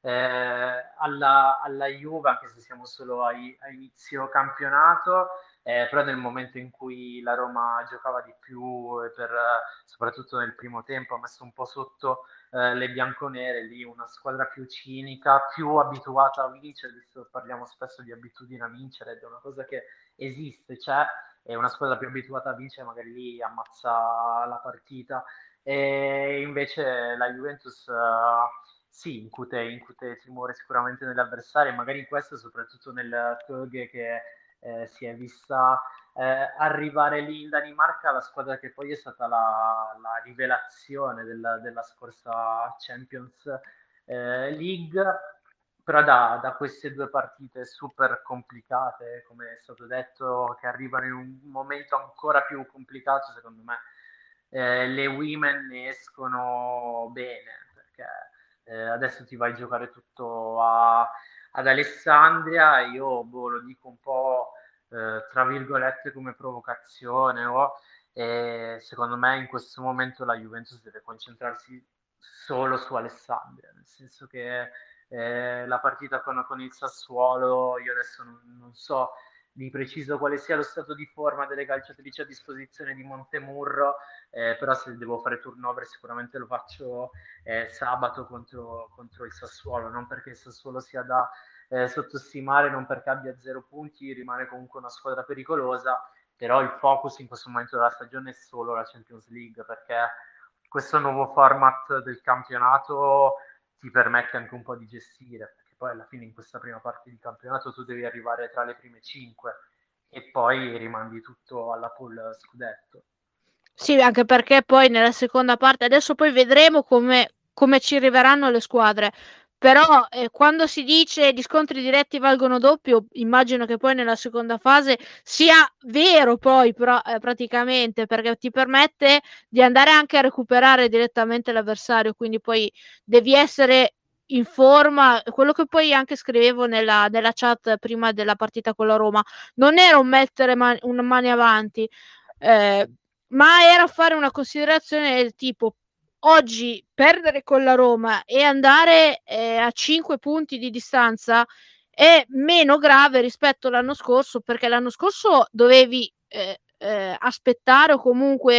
alla Juve, anche se siamo solo a inizio campionato, però nel momento in cui la Roma giocava di più, soprattutto nel primo tempo, ha messo un po' sotto le bianconere, lì una squadra più cinica, più abituata a vincere, visto parliamo spesso di abitudine a vincere, ed è una cosa che esiste, c'è, e una squadra più abituata a vincere magari lì ammazza la partita, e invece la Juventus sì, incute timore sicuramente negli avversari, magari in questo soprattutto nel Køge che si è vista arrivare lì in Danimarca, la squadra che poi è stata la rivelazione della scorsa Champions League, però da queste due partite super complicate, come è stato detto, che arrivano in un momento ancora più complicato, secondo me le women ne escono bene, perché adesso ti vai a giocare tutto ad Alessandria, io lo dico un po' tra virgolette come provocazione, secondo me in questo momento la Juventus deve concentrarsi solo su Alessandria, nel senso che la partita con il Sassuolo, io adesso non so di preciso quale sia lo stato di forma delle calciatrici a disposizione di Montemurro, però se devo fare turnover sicuramente lo faccio sabato contro il Sassuolo, non perché il Sassuolo sia da sottostimare, non perché abbia 0 punti, rimane comunque una squadra pericolosa, però il focus in questo momento della stagione è solo la Champions League, perché questo nuovo format del campionato ti permette anche un po' di gestire, perché poi alla fine in questa prima parte di campionato tu devi arrivare tra le prime 5 e poi rimandi tutto alla pool scudetto. Sì, anche perché poi nella seconda parte, adesso poi vedremo come ci arriveranno le squadre, però quando si dice gli scontri diretti valgono doppio, immagino che poi nella seconda fase sia vero poi praticamente, perché ti permette di andare anche a recuperare direttamente l'avversario, quindi poi devi essere in forma. Quello che poi anche scrivevo nella chat prima della partita con la Roma non era un mettere un mani avanti, ma era fare una considerazione del tipo: oggi perdere con la Roma e andare a 5 punti di distanza è meno grave rispetto all'anno scorso, perché l'anno scorso dovevi aspettare o comunque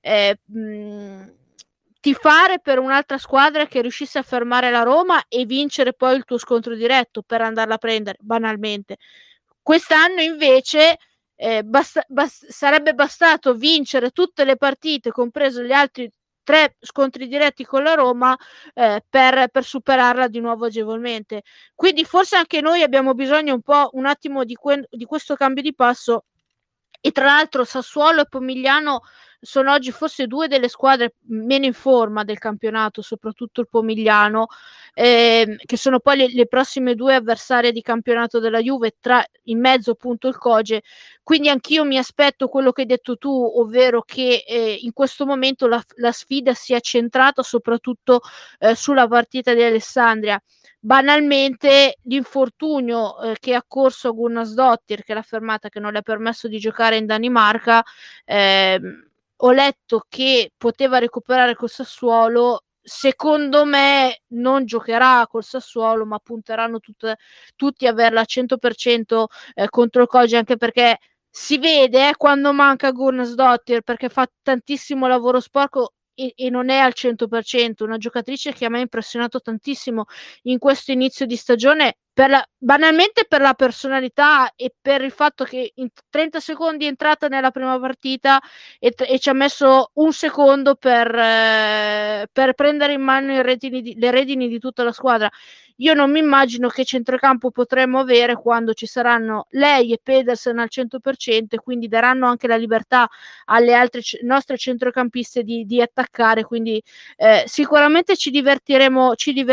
tifare per un'altra squadra che riuscisse a fermare la Roma e vincere poi il tuo scontro diretto per andarla a prendere, banalmente. Quest'anno invece sarebbe bastato vincere tutte le partite, compreso gli altri 3 scontri diretti con la Roma, per superarla di nuovo agevolmente. Quindi forse anche noi abbiamo bisogno un attimo di questo cambio di passo. E tra l'altro Sassuolo e Pomigliano sono oggi forse 2 delle squadre meno in forma del campionato, soprattutto il Pomigliano, che sono poi le prossime 2 avversarie di campionato della Juve, in mezzo appunto il Coge. Quindi anch'io mi aspetto quello che hai detto tu, ovvero che in questo momento la sfida sia centrata soprattutto sulla partita di Alessandria. Banalmente l'infortunio che ha corso a Gunnarsdottir, che l'ha fermata, che non le ha permesso di giocare in Danimarca, ho letto che poteva recuperare col Sassuolo. Secondo me non giocherà col Sassuolo, ma punteranno tutti a averla al 100% contro il Koji, anche perché si vede quando manca Gunnarsdottir, perché fa tantissimo lavoro sporco e non è al 100%. Una giocatrice che a me ha impressionato tantissimo in questo inizio di stagione, banalmente per la personalità e per il fatto che in 30 secondi è entrata nella prima partita e ci ha messo un secondo per prendere in mano le redini di tutta la squadra. Io non mi immagino che centrocampo potremo avere quando ci saranno lei e Pedersen al 100%, e quindi daranno anche la libertà alle altre nostre centrocampiste di attaccare. Quindi sicuramente ci divertiremo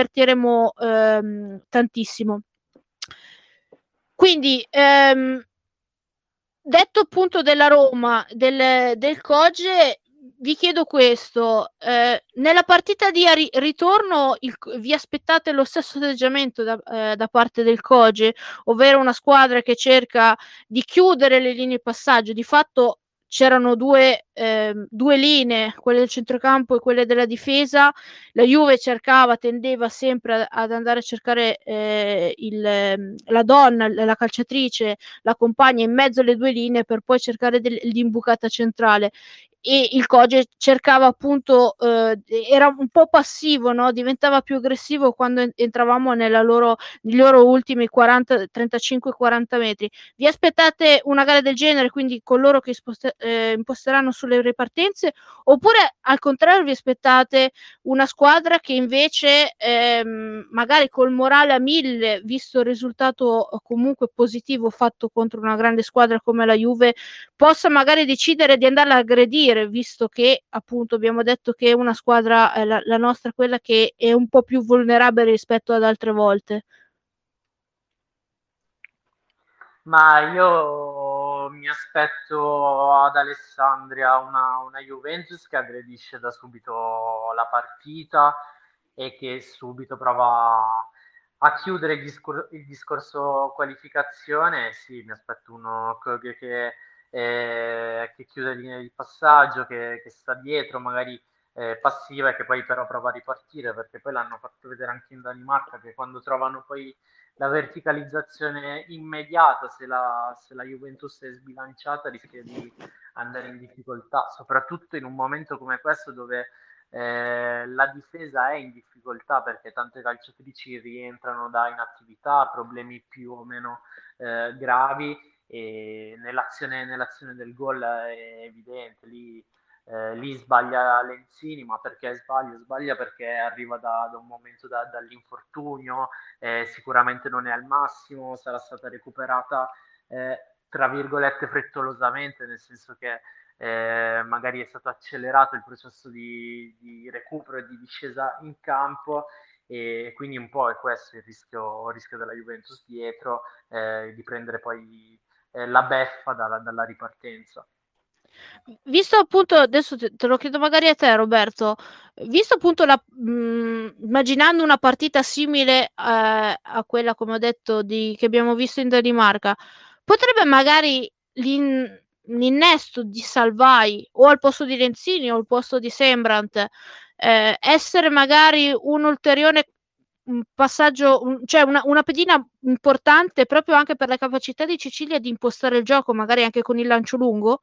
tantissimo. Quindi detto appunto della Roma, del Coge, vi chiedo questo: nella partita di ritorno vi aspettate lo stesso atteggiamento da parte del Coge, ovvero una squadra che cerca di chiudere le linee di passaggio? Di fatto c'erano due linee, quelle del centrocampo e quelle della difesa. La Juve tendeva sempre ad andare a cercare la donna, la calciatrice, la compagna in mezzo alle 2 linee per poi cercare l'imbucata centrale, e il Coge cercava appunto, era un po' passivo, no? Diventava più aggressivo quando entravamo negli loro ultimi 35-40 metri. Vi aspettate una gara del genere, quindi con loro che imposteranno sulle ripartenze, oppure al contrario vi aspettate una squadra che invece magari col morale a 1000, visto il risultato comunque positivo fatto contro una grande squadra come la Juve, possa magari decidere di andarla a aggredire, visto che appunto abbiamo detto che è una squadra, la nostra, quella che è un po' più vulnerabile rispetto ad altre volte? Ma io mi aspetto ad Alessandria una Juventus che aggredisce da subito la partita e che subito prova a chiudere il discorso qualificazione. Sì, mi aspetto uno che chiude le linee di passaggio, che sta dietro, magari passiva, e che poi però prova a ripartire, perché poi l'hanno fatto vedere anche in Danimarca, che quando trovano poi la verticalizzazione immediata, se la Juventus è sbilanciata, rischia di andare in difficoltà, soprattutto in un momento come questo dove la difesa è in difficoltà, perché tante calciatrici rientrano da inattività, problemi più o meno gravi, e nell'azione del gol è evidente. Lì lì sbaglia Lenzini, ma perché sbaglia? Sbaglia perché arriva da un momento dall'infortunio, sicuramente non è al massimo, sarà stata recuperata tra virgolette frettolosamente, nel senso che magari è stato accelerato il processo di recupero e di discesa in campo, e quindi un po' è questo il rischio della Juventus dietro, di prendere poi la beffa dalla ripartenza. Visto appunto, adesso te lo chiedo magari a te Roberto, visto appunto immaginando una partita simile a quella, come ho detto, che abbiamo visto in Danimarca, potrebbe magari l'innesto di Salvai o al posto di Lenzini o al posto di Sembrant essere magari un ulteriore passaggio, cioè una pedina importante proprio anche per la capacità di Cecilia di impostare il gioco, magari anche con il lancio lungo?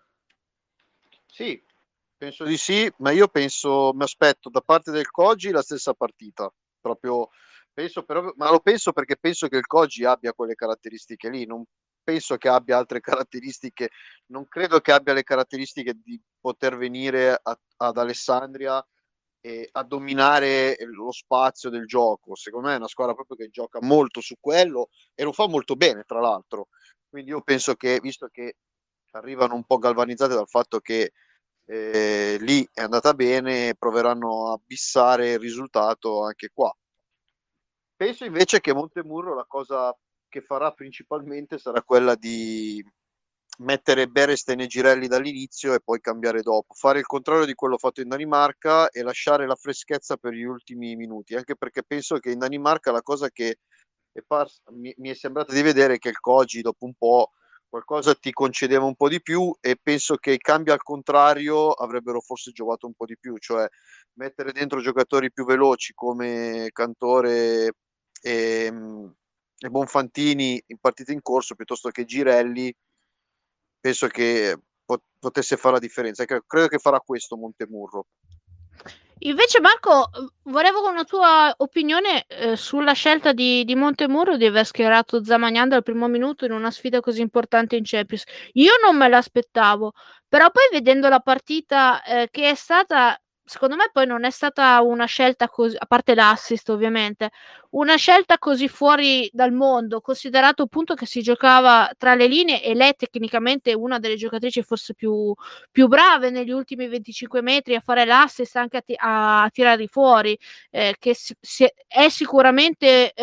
Sì, penso di sì, ma io mi aspetto da parte del Koji la stessa partita. Proprio ma lo penso perché penso che il Koji abbia quelle caratteristiche lì, non penso che abbia altre caratteristiche, non credo che abbia le caratteristiche di poter venire ad Alessandria e a dominare lo spazio del gioco. Secondo me è una squadra proprio che gioca molto su quello e lo fa molto bene, tra l'altro. Quindi io penso che, visto che arrivano un po' galvanizzate dal fatto che lì è andata bene, proveranno a bissare il risultato anche qua. Penso invece che Montemurro la cosa che farà principalmente sarà quella di mettere Berestein e Girelli dall'inizio e poi cambiare dopo, fare il contrario di quello fatto in Danimarca e lasciare la freschezza per gli ultimi minuti, anche perché penso che in Danimarca la cosa che mi è sembrata di vedere è che il Koji dopo un po' qualcosa ti concedeva un po' di più, e penso che i cambi al contrario avrebbero forse giovato un po' di più, cioè mettere dentro giocatori più veloci come Cantore e, e Bonfantini in partita in corso piuttosto che Girelli, penso che potesse fare la differenza. Credo che farà questo Montemurro. Invece Marco, volevo una tua opinione sulla scelta di Montemurro di aver schierato Zamagnan dal primo minuto in una sfida così importante in Champions. Io non me l'aspettavo, però poi vedendo la partita che è stata, secondo me poi non è stata una scelta così, a parte l'assist ovviamente, una scelta così fuori dal mondo, considerato appunto che si giocava tra le linee e lei è tecnicamente una delle giocatrici forse più brave negli ultimi 25 metri a fare l'assist, anche a tirare fuori, che è sicuramente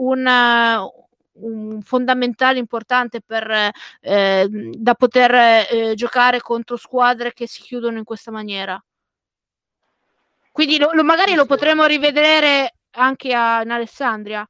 un fondamentale importante da poter giocare contro squadre che si chiudono in questa maniera. Quindi magari lo potremo rivedere anche in Alessandria.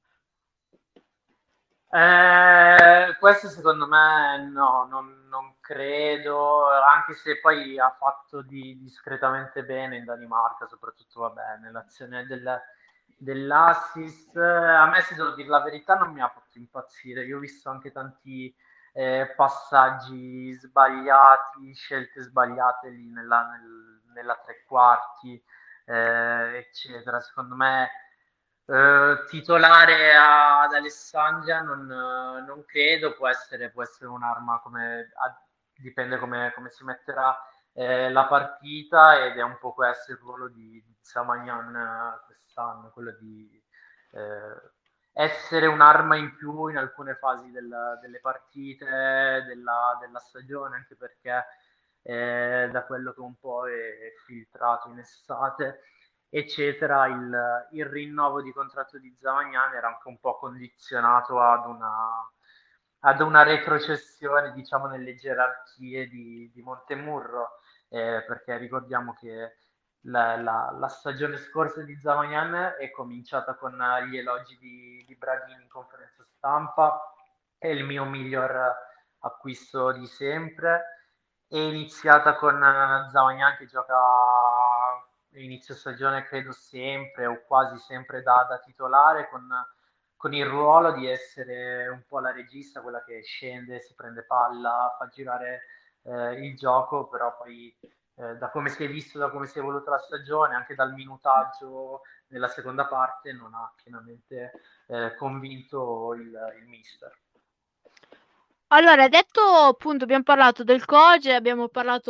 Questo secondo me no, non credo, anche se poi ha fatto discretamente bene in Danimarca, soprattutto vabbè, nell'azione dell'assist. A me, se devo dire la verità, non mi ha fatto impazzire. Io ho visto anche tanti passaggi sbagliati, scelte sbagliate lì nella tre quarti, eccetera. Secondo me titolare ad Alessandria non credo, può essere un'arma, dipende come si metterà la partita, ed è un po' questo il ruolo di Samagnan quest'anno, quello di essere un'arma in più in alcune fasi delle partite, della stagione, anche perché da quello che un po' è filtrato in estate, eccetera, il rinnovo di contratto di Zamagnan era anche un po' condizionato ad una retrocessione, diciamo, nelle gerarchie di Montemurro, perché ricordiamo che la stagione scorsa di Zamagnan è cominciata con gli elogi di Braghini in conferenza stampa: è il mio miglior acquisto di sempre. È iniziata con Zamagnan che gioca inizio stagione credo sempre o quasi sempre da titolare, con il ruolo di essere un po' la regista, quella che scende, si prende palla, fa girare il gioco, però poi da come si è visto, da come si è evoluta la stagione, anche dal minutaggio nella seconda parte, non ha pienamente convinto il mister. Allora, detto appunto, abbiamo parlato del Koji, abbiamo parlato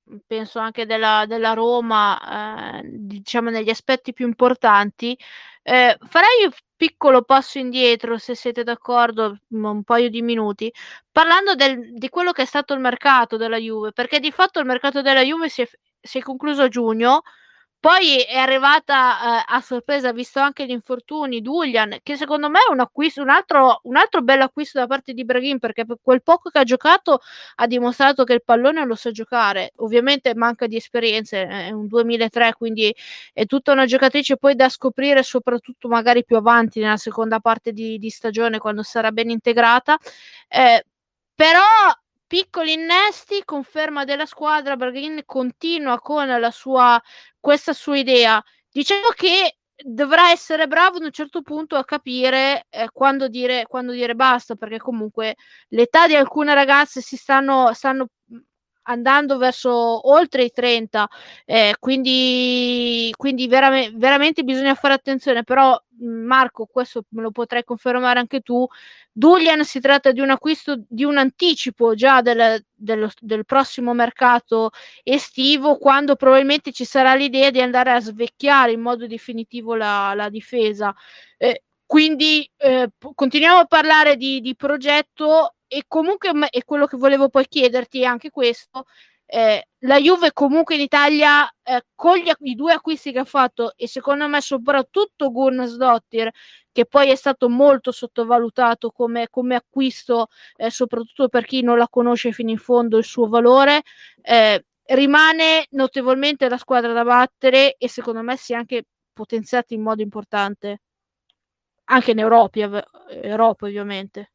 penso anche della Roma, diciamo negli aspetti più importanti. Farei un piccolo passo indietro, se siete d'accordo, un paio di minuti, parlando di quello che è stato il mercato della Juve, perché di fatto il mercato della Juve si è concluso a giugno. Poi è arrivata a sorpresa, visto anche gli infortuni, Dujan, che secondo me è un acquisto, un altro bello acquisto da parte di Braghin, perché per quel poco che ha giocato ha dimostrato che il pallone lo sa giocare. Ovviamente manca di esperienze, è un 2003, quindi è tutta una giocatrice poi da scoprire, soprattutto magari più avanti nella seconda parte di stagione, quando sarà ben integrata. Però piccoli innesti, conferma della squadra, Braghin continua con questa sua idea. Diciamo che dovrà essere bravo ad un certo punto a capire quando dire basta, perché comunque l'età di alcune ragazze stanno andando verso oltre i 30, quindi veramente bisogna fare attenzione. Però Marco, questo me lo potrai confermare anche tu, Dujan si tratta di un acquisto, di un anticipo già del prossimo mercato estivo, quando probabilmente ci sarà l'idea di andare a svecchiare in modo definitivo la difesa. Quindi continuiamo a parlare di progetto, e comunque è quello che volevo poi chiederti, è anche questo. La Juve comunque in Italia, con i 2 acquisti che ha fatto, e secondo me soprattutto Gunnarsdottir, che poi è stato molto sottovalutato come acquisto, soprattutto per chi non la conosce fino in fondo il suo valore, rimane notevolmente la squadra da battere, e secondo me si è anche potenziata in modo importante anche in Europa ovviamente.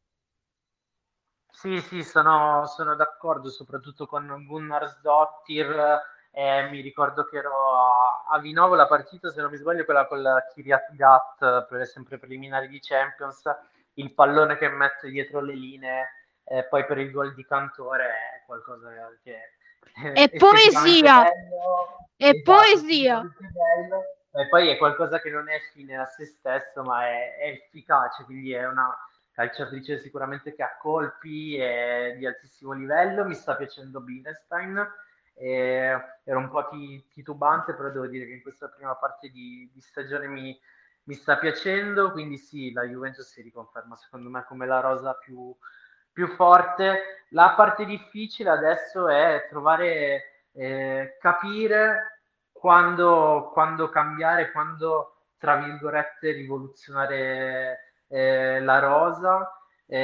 Sì, sono d'accordo, soprattutto con Gunnarsdottir. Mi ricordo che ero a Vinovo, la partita, se non mi sbaglio, quella con la Kiryat Gat, sempre preliminari di Champions, il pallone che mette dietro le linee, poi per il gol di Cantore è qualcosa che è poesia! bello, è esatto, poesia! Bello, e poi è qualcosa che non è fine a se stesso, ma è efficace, quindi è una calciatrice sicuramente che ha colpi di altissimo livello. Mi sta piacendo Bienstein, ero un po' titubante, però devo dire che in questa prima parte di stagione mi sta piacendo, quindi sì, la Juventus si riconferma secondo me come la rosa più forte. La parte difficile adesso è trovare, capire quando cambiare, quando, tra virgolette, rivoluzionare la rosa,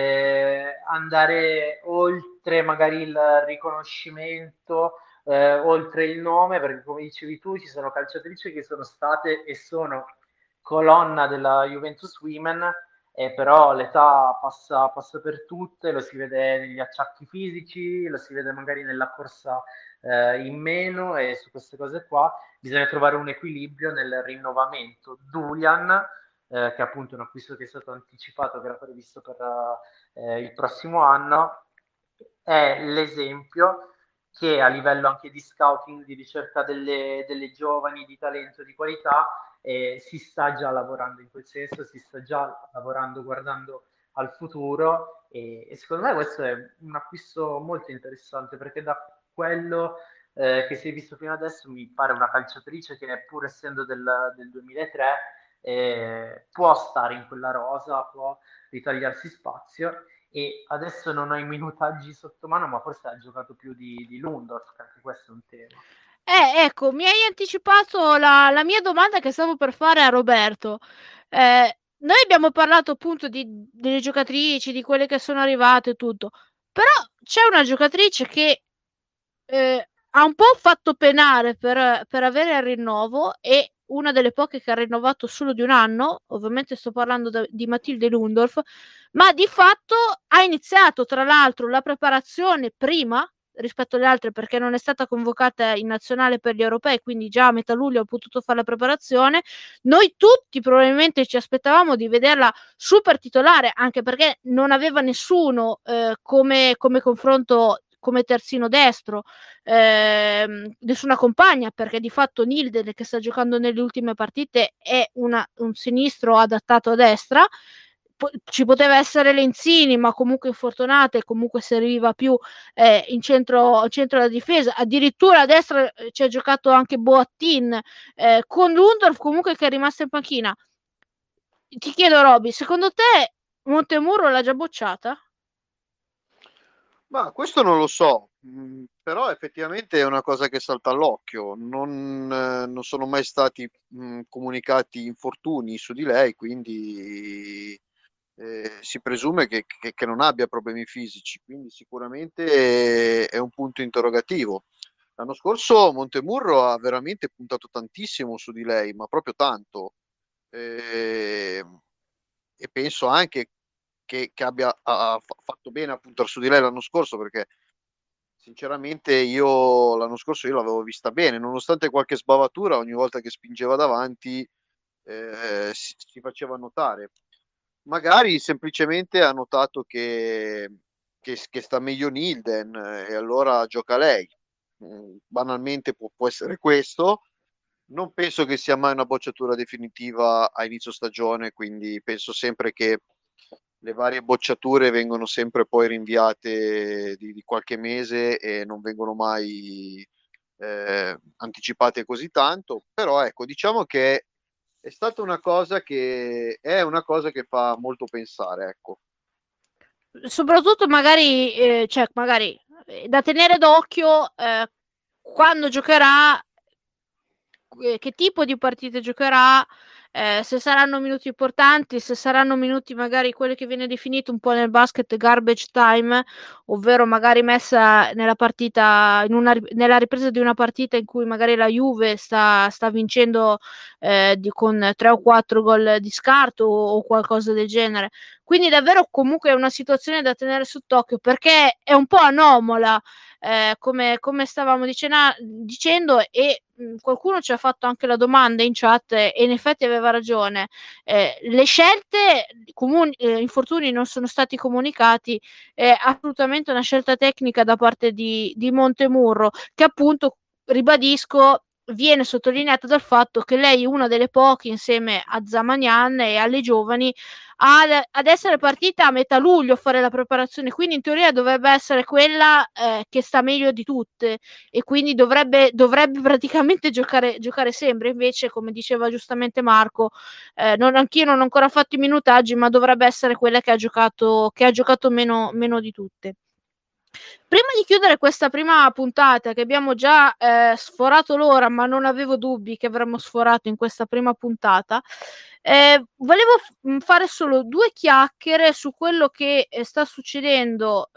andare oltre magari il riconoscimento, oltre il nome, perché come dicevi tu ci sono calciatrici che sono state e sono colonna della Juventus Women, però l'età passa per tutte, lo si vede negli acciacchi fisici, lo si vede magari nella corsa in meno, e su queste cose qua bisogna trovare un equilibrio nel rinnovamento. Dujan, che appunto è un acquisto che è stato anticipato, che era previsto per il prossimo anno, è l'esempio che a livello anche di scouting, di ricerca delle giovani, di talento, di qualità, si sta già lavorando in quel senso, si sta già lavorando guardando al futuro, e secondo me questo è un acquisto molto interessante, perché da quello che si è visto fino adesso mi pare una calciatrice che, pur essendo del 2003, può stare in quella rosa, può ritagliarsi spazio, e adesso non ho i minutaggi sotto mano, ma forse ha giocato più di Lundorf, anche questo è un tema. Ecco, mi hai anticipato la mia domanda che stavo per fare a Roberto. Noi abbiamo parlato appunto delle giocatrici, di quelle che sono arrivate e tutto, però c'è una giocatrice che ha un po' fatto penare per avere il rinnovo, e una delle poche che ha rinnovato solo di un anno, ovviamente sto parlando di Matilde Lundorf, ma di fatto ha iniziato tra l'altro la preparazione prima rispetto alle altre, perché non è stata convocata in nazionale per gli europei, quindi già a metà luglio ha potuto fare la preparazione. Noi tutti probabilmente ci aspettavamo di vederla super titolare, anche perché non aveva nessuno come confronto come terzino destro, nessuna compagna, perché di fatto Nilde, che sta giocando nelle ultime partite, è un sinistro adattato a destra. ci poteva essere Lenzini, ma comunque infortunata e comunque serviva più in centro alla difesa. Addirittura a destra ci ha giocato anche Boattin, con Lundorf comunque che è rimasto in panchina. Ti chiedo, Roby, secondo te Montemurro l'ha già bocciata? Ma questo non lo so, però effettivamente è una cosa che salta all'occhio. Non sono mai stati comunicati infortuni su di lei, quindi si presume che non abbia problemi fisici, quindi sicuramente è un punto interrogativo. L'anno scorso Montemurro ha veramente puntato tantissimo su di lei, ma proprio tanto. E penso anche che abbia fatto bene a puntare su di lei l'anno scorso, perché sinceramente io l'anno scorso l'avevo vista bene, nonostante qualche sbavatura ogni volta che spingeva davanti si faceva notare. Magari semplicemente ha notato che sta meglio Nilden e allora gioca lei. Banalmente può essere questo. Non penso che sia mai una bocciatura definitiva a inizio stagione, quindi penso sempre che le varie bocciature vengono sempre poi rinviate di qualche mese e non vengono mai anticipate così tanto. Però ecco, diciamo che è stata una cosa che fa molto pensare, ecco. Soprattutto magari, da tenere d'occhio quando giocherà, che tipo di partite giocherà, se saranno minuti importanti, se saranno minuti magari quelli che viene definito un po' nel basket garbage time, ovvero magari messa nella partita nella ripresa di una partita in cui magari la Juve sta vincendo con 3 o 4 gol di scarto o qualcosa del genere. Quindi davvero comunque è una situazione da tenere sott'occhio, perché è un po' anomala, come stavamo dicendo, e qualcuno ci ha fatto anche la domanda in chat e in effetti aveva ragione. Le scelte infortuni non sono stati comunicati, è assolutamente una scelta tecnica da parte di Montemurro, che appunto, ribadisco, viene sottolineata dal fatto che lei è una delle poche, insieme a Zamagnan e alle giovani, ad essere partita a metà luglio a fare la preparazione, quindi in teoria dovrebbe essere quella che sta meglio di tutte e quindi dovrebbe praticamente giocare sempre. Invece, come diceva giustamente Marco, anch'io non ho ancora fatto i minutaggi, ma dovrebbe essere quella che ha giocato meno di tutte. Prima di chiudere questa prima puntata, che abbiamo già sforato l'ora, ma non avevo dubbi che avremmo sforato in questa prima puntata, volevo fare solo 2 chiacchiere su quello che sta succedendo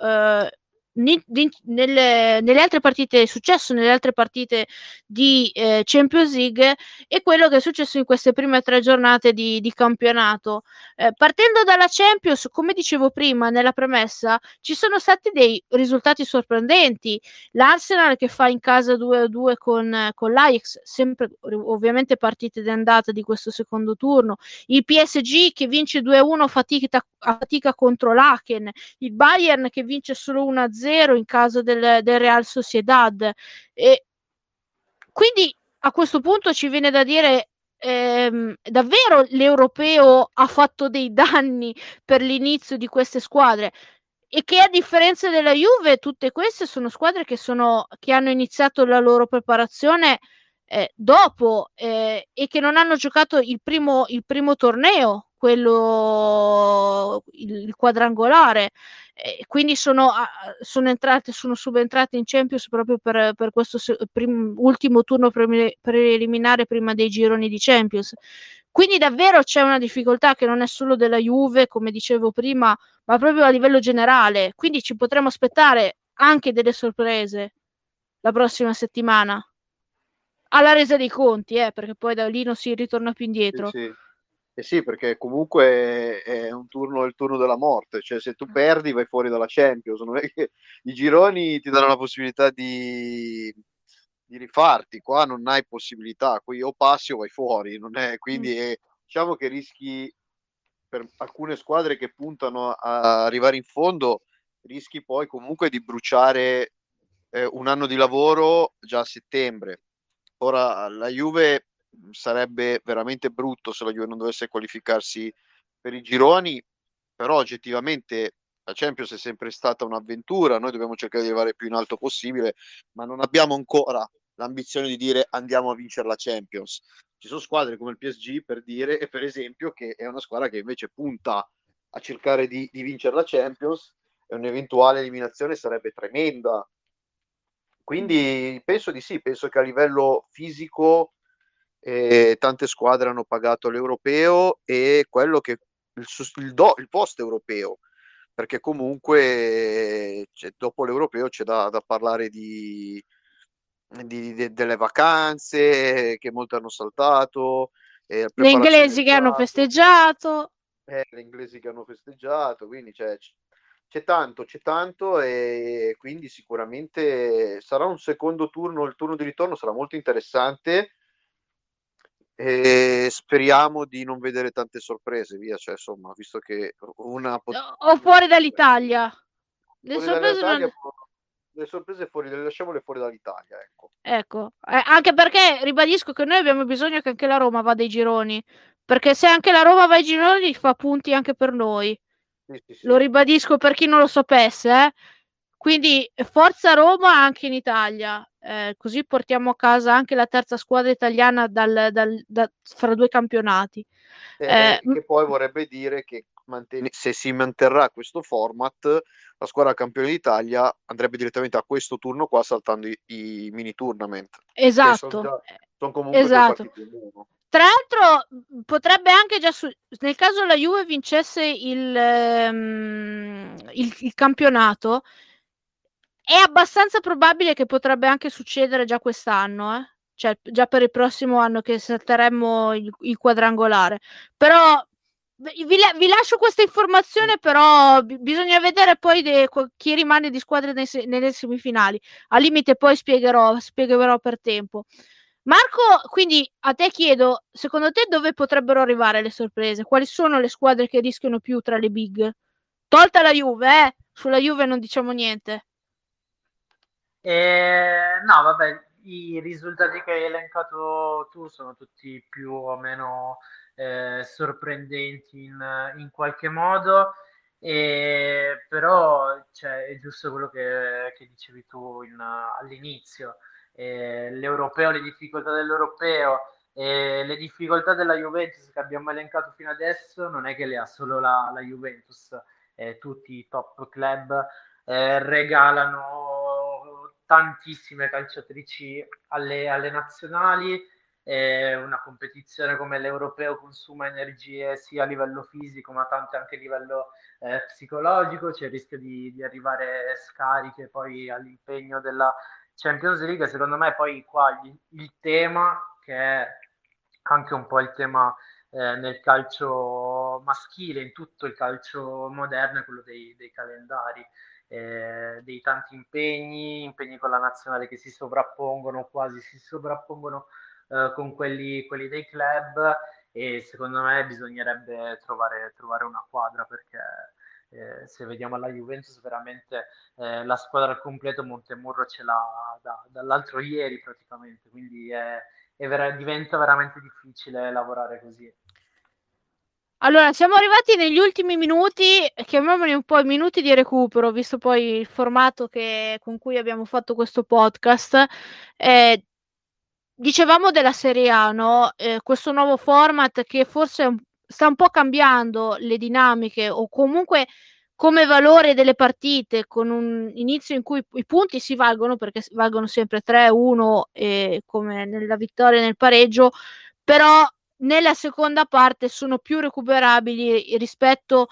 nelle altre partite, è successo nelle altre partite di Champions League, e quello che è successo in queste prime 3 giornate di campionato. Partendo dalla Champions, come dicevo prima nella premessa, ci sono stati dei risultati sorprendenti. L'Arsenal che fa in casa 2-2 con l'Ajax, sempre ovviamente partite d'andata di questo secondo turno. Il PSG che vince 2-1 a fatica contro l'Aken. Il Bayern che vince solo 1-0 in casa del Real Sociedad. E quindi a questo punto ci viene da dire, davvero l'europeo ha fatto dei danni per l'inizio di queste squadre, e che a differenza della Juve tutte queste sono squadre che hanno iniziato la loro preparazione dopo, e che non hanno giocato il primo torneo, quello il quadrangolare, quindi sono subentrate in Champions proprio per questo ultimo turno preliminare prima dei gironi di Champions. Quindi davvero c'è una difficoltà che non è solo della Juve, come dicevo prima, ma proprio a livello generale. Quindi ci potremo aspettare anche delle sorprese la prossima settimana, alla resa dei conti, perché poi da lì non si ritorna più indietro. Sì. Sì, perché comunque è il turno della morte, cioè se tu perdi vai fuori dalla Champions, non è che i gironi ti danno la possibilità di rifarti, qua non hai possibilità, qui o passi o vai fuori, quindi diciamo che rischi, per alcune squadre che puntano a arrivare in fondo, rischi poi comunque di bruciare un anno di lavoro già a settembre. Ora la Juve, sarebbe veramente brutto se la Juve non dovesse qualificarsi per i gironi, però oggettivamente la Champions è sempre stata un'avventura, noi dobbiamo cercare di arrivare più in alto possibile, ma non abbiamo ancora l'ambizione di dire andiamo a vincere la Champions. Ci sono squadre come il PSG, per dire, e per esempio, che è una squadra che invece punta a cercare di vincere la Champions, e un'eventuale eliminazione sarebbe tremenda. Quindi penso di sì, penso che a livello fisico tante squadre hanno pagato l'europeo e quello che il post europeo, perché comunque dopo l'europeo c'è da parlare delle vacanze che molti hanno saltato, Le inglesi che hanno festeggiato. Le inglesi che hanno festeggiato, quindi c'è tanto e quindi sicuramente sarà un secondo turno, il turno di ritorno sarà molto interessante e speriamo di non vedere tante sorprese, via, cioè insomma, visto che o fuori dall'Italia. Le sorprese fuori, lasciamole fuori dall'Italia, ecco. Anche perché ribadisco che noi abbiamo bisogno che anche la Roma vada ai gironi, perché se anche la Roma va ai gironi fa punti anche per noi. Sì. Lo ribadisco per chi non lo sapesse, Quindi forza Roma anche in Italia, così portiamo a casa anche la terza squadra italiana fra due campionati. Che poi vorrebbe dire che se si manterrà questo format, la squadra campione d'Italia andrebbe direttamente a questo turno qua, saltando i mini tournament. Esatto. Sono comunque 2 partite in meno. Tra l'altro potrebbe anche già nel caso la Juve vincesse il campionato, è abbastanza probabile che potrebbe anche succedere già quest'anno, cioè già per il prossimo anno che salteremmo il quadrangolare. Però vi lascio questa informazione, però bisogna vedere poi chi rimane di squadre nelle semifinali. Al limite poi spiegherò per tempo. Marco, quindi a te chiedo, secondo te dove potrebbero arrivare le sorprese? Quali sono le squadre che rischiano più tra le big? Tolta la Juve, sulla Juve non diciamo niente. No, vabbè, i risultati che hai elencato tu sono tutti più o meno sorprendenti in qualche modo, però è giusto quello che dicevi tu all'inizio. L'europeo, le difficoltà dell'europeo e le difficoltà della Juventus che abbiamo elencato fino adesso non è che le ha solo la Juventus, tutti i top club regalano tantissime calciatrici alle nazionali. Una competizione come l'europeo consuma energie sia a livello fisico ma tante anche a livello psicologico, c'è il rischio di arrivare scariche poi all'impegno della Champions League. Secondo me poi qua il tema, che è anche un po' il tema nel calcio maschile, in tutto il calcio moderno, è quello dei calendari, dei tanti impegni con la nazionale che si sovrappongono, quasi si sovrappongono con quelli dei club, e secondo me bisognerebbe trovare una quadra, perché se vediamo la Juventus veramente la squadra al completo Montemurro ce l'ha dall'altro ieri praticamente, quindi diventa veramente difficile lavorare così. Allora, siamo arrivati negli ultimi minuti, chiamiamoli un po' i minuti di recupero, visto poi il formato con cui abbiamo fatto questo podcast. Dicevamo della Serie A, no? Questo nuovo format che forse sta un po' cambiando le dinamiche, o comunque come valore delle partite, con un inizio in cui i punti si valgono, perché valgono sempre 3-1, come nella vittoria e nel pareggio, però nella seconda parte sono più recuperabili rispetto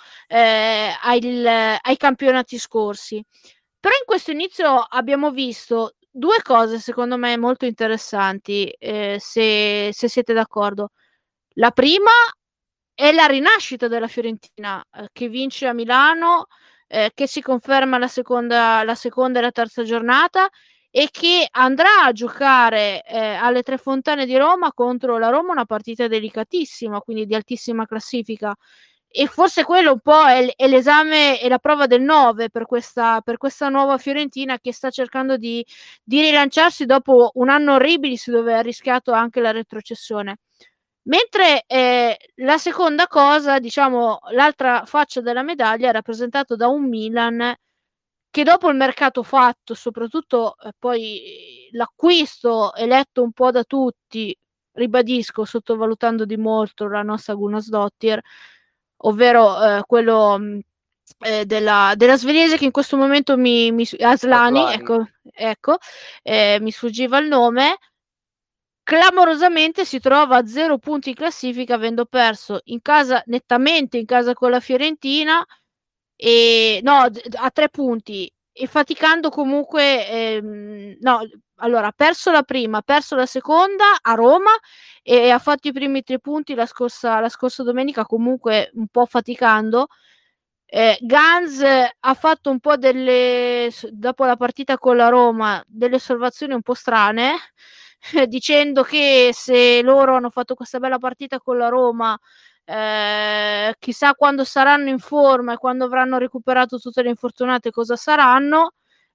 ai campionati scorsi. Però in questo inizio abbiamo visto 2 cose secondo me molto interessanti, se siete d'accordo. La prima è la rinascita della Fiorentina, che vince a Milano, che si conferma la seconda e la terza giornata, e che andrà a giocare alle Tre Fontane di Roma contro la Roma, una partita delicatissima, quindi di altissima classifica. E forse quello un po' è l'esame e la prova del 9 per questa nuova Fiorentina, che sta cercando di rilanciarsi dopo un anno orribile dove ha rischiato anche la retrocessione. Mentre la seconda cosa, diciamo, l'altra faccia della medaglia è rappresentata da un Milan che dopo il mercato fatto, soprattutto poi l'acquisto eletto un po' da tutti, ribadisco, sottovalutando di molto la nostra Gunnarsdottir, ovvero quello della svedese che in questo momento Aslani, ecco, mi sfuggiva il nome. Clamorosamente si trova a 0 punti in classifica, avendo perso in casa, nettamente in casa con la Fiorentina, a 3 punti, e faticando comunque, allora ha perso la prima, ha perso la seconda a Roma e ha fatto i primi 3 punti la scorsa domenica, comunque un po' faticando. Ganz ha fatto un po' dopo la partita con la Roma, delle osservazioni un po' strane, dicendo che se loro hanno fatto questa bella partita con la Roma, chissà quando saranno in forma e quando avranno recuperato tutte le infortunate cosa saranno.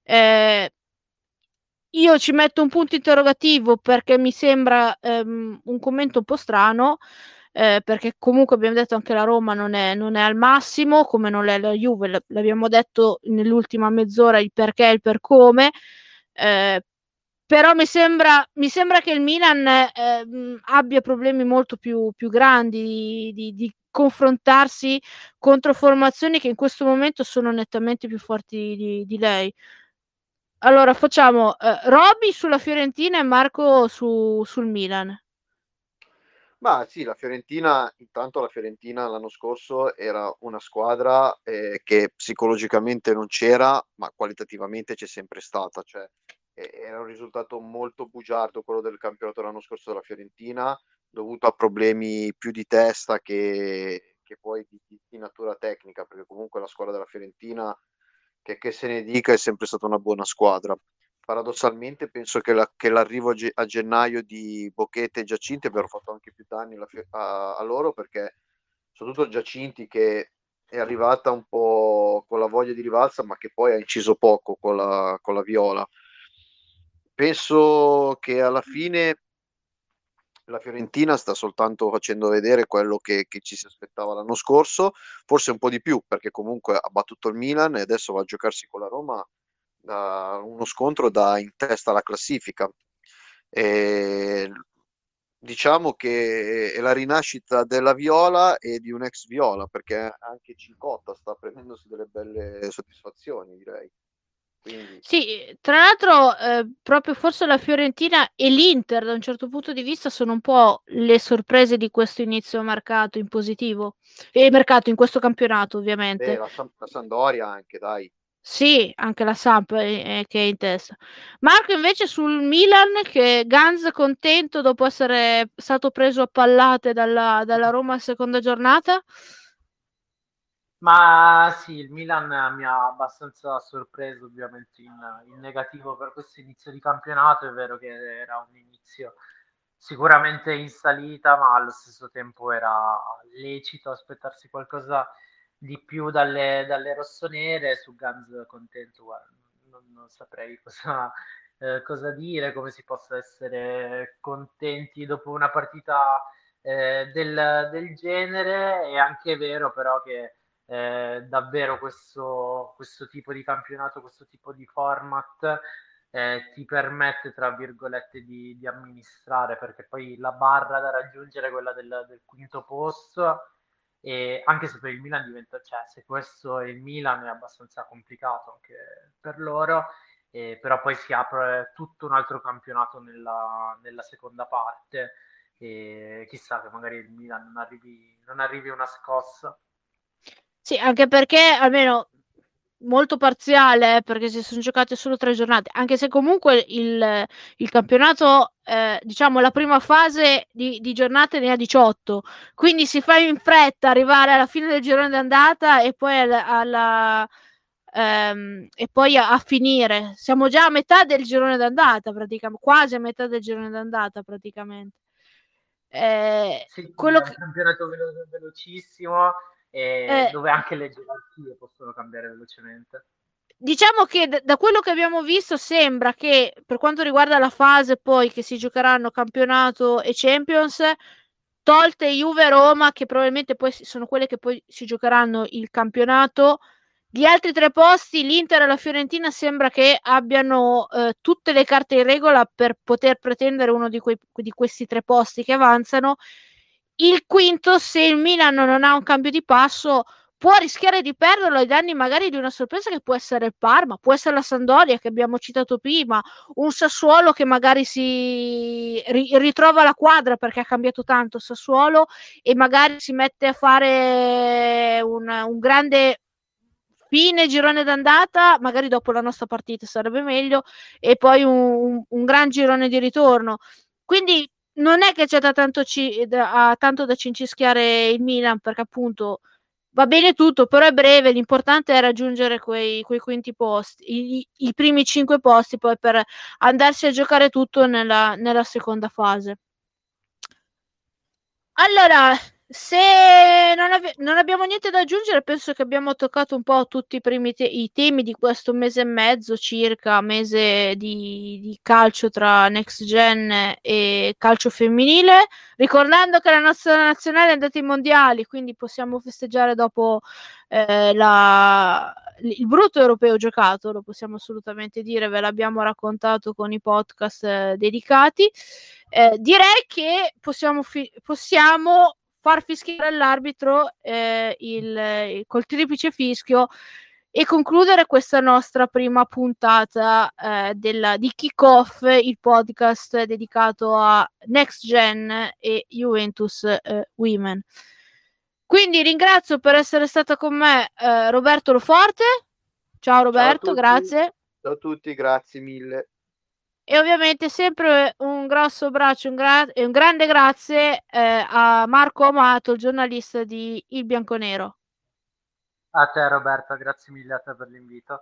Io ci metto un punto interrogativo perché mi sembra un commento un po' strano, perché comunque abbiamo detto anche la Roma non è al massimo, come non è la Juve, l'abbiamo detto nell'ultima mezz'ora il perché e il per come, però mi sembra che il Milan abbia problemi molto più grandi di confrontarsi contro formazioni che in questo momento sono nettamente più forti di lei. Allora facciamo Roby sulla Fiorentina e Marco sul Milan. Ma sì, intanto la Fiorentina l'anno scorso era una squadra che psicologicamente non c'era, ma qualitativamente c'è sempre stata, cioè era un risultato molto bugiardo quello del campionato l'anno scorso della Fiorentina, dovuto a problemi più di testa che poi di natura tecnica, perché comunque la squadra della Fiorentina, che se ne dica, è sempre stata una buona squadra. Paradossalmente penso che l'arrivo a gennaio di Bocchetto e Giacinti abbiano fatto anche più danni a loro, perché soprattutto Giacinti, che è arrivata un po' con la voglia di rivalsa, ma che poi ha inciso poco con la Viola. Penso che alla fine la Fiorentina sta soltanto facendo vedere quello che ci si aspettava l'anno scorso, forse un po' di più, perché comunque ha battuto il Milan e adesso va a giocarsi con la Roma uno scontro da in testa alla classifica. E diciamo che è la rinascita della Viola e di un ex Viola, perché anche Cincotta sta prendendosi delle belle soddisfazioni, direi. Quindi Sì, tra l'altro proprio forse la Fiorentina e l'Inter da un certo punto di vista sono un po' le sorprese di questo inizio mercato in positivo, e mercato in questo campionato ovviamente. la Sampdoria anche, dai. Sì, anche la Samp che è in testa. Marco invece sul Milan, che Ganz contento dopo essere stato preso a pallate dalla Roma a seconda giornata. Ma sì, il Milan mi ha abbastanza sorpreso ovviamente in negativo per questo inizio di campionato. È vero che era un inizio sicuramente in salita, ma allo stesso tempo era lecito aspettarsi qualcosa di più dalle rossonere. Su Ganz contento, guarda, non saprei cosa dire, come si possa essere contenti dopo una partita del genere. È anche vero però che davvero questo tipo di campionato, questo tipo di format ti permette, tra virgolette, di amministrare, perché poi la barra da raggiungere è quella del quinto posto, e anche se per il Milan diventa, cioè se questo è il Milan è abbastanza complicato anche per loro, però poi si apre tutto un altro campionato nella seconda parte, e chissà che magari il Milan non arrivi una scossa. Sì, anche perché almeno molto parziale, perché si sono giocate solo 3 giornate, anche se comunque il campionato, diciamo la prima fase di giornate ne ha 18, quindi si fa in fretta arrivare alla fine del girone d'andata e poi e poi a finire. Siamo già a metà del girone d'andata, praticamente, quasi a metà del girone d'andata praticamente. Sì, Quello è un che, campionato velocissimo, dove anche le gerarchie possono cambiare velocemente. diciamo che da quello che abbiamo visto sembra che per quanto riguarda la fase poi che si giocheranno campionato e Champions, tolte Juve e Roma, che probabilmente poi sono quelle che poi si giocheranno il campionato, gli altri 3 posti, l'Inter e la Fiorentina, sembra che abbiano tutte le carte in regola per poter pretendere uno di questi 3 posti che avanzano. Il quinto, se il Milan non ha un cambio di passo, può rischiare di perderlo ai danni magari di una sorpresa che può essere il Parma, può essere la Sampdoria che abbiamo citato prima, un Sassuolo che magari si ritrova la quadra perché ha cambiato tanto Sassuolo e magari si mette a fare un grande fine girone d'andata, magari dopo la nostra partita sarebbe meglio, e poi un gran girone di ritorno. Quindi non è che c'è tanto da cincischiare il Milan, perché appunto va bene tutto, però è breve, l'importante è raggiungere quei quinti posti, i primi 5 posti poi per andarsi a giocare tutto nella seconda fase. Allora, se non abbiamo niente da aggiungere, penso che abbiamo toccato un po' tutti i temi di questo mese e mezzo circa, mese di calcio tra Next Gen e calcio femminile, ricordando che la nostra nazionale è andata ai mondiali, quindi possiamo festeggiare dopo il brutto europeo giocato, lo possiamo assolutamente dire, ve l'abbiamo raccontato con i podcast dedicati. Direi che possiamo far fischiare all'arbitro col triplice fischio e concludere questa nostra prima puntata di Kick-Off, il podcast dedicato a Next Gen e Juventus Women. Quindi ringrazio per essere stata con me Roberto Loforte. Ciao Roberto, grazie. Ciao a tutti, grazie mille. E ovviamente sempre un grosso abbraccio e un grande grazie a Marco Amato, il giornalista di Il Bianconero. A te Roberta, grazie mille a te per l'invito.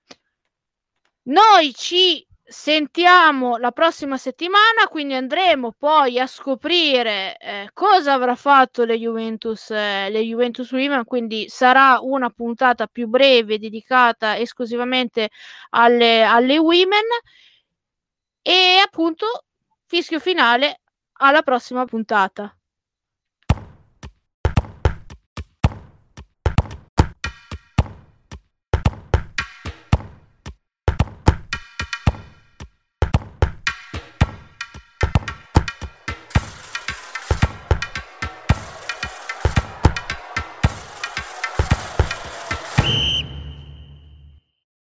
Noi ci sentiamo la prossima settimana, quindi andremo poi a scoprire cosa avrà fatto le Juventus Women, quindi sarà una puntata più breve dedicata esclusivamente alle women. E appunto fischio finale alla prossima puntata.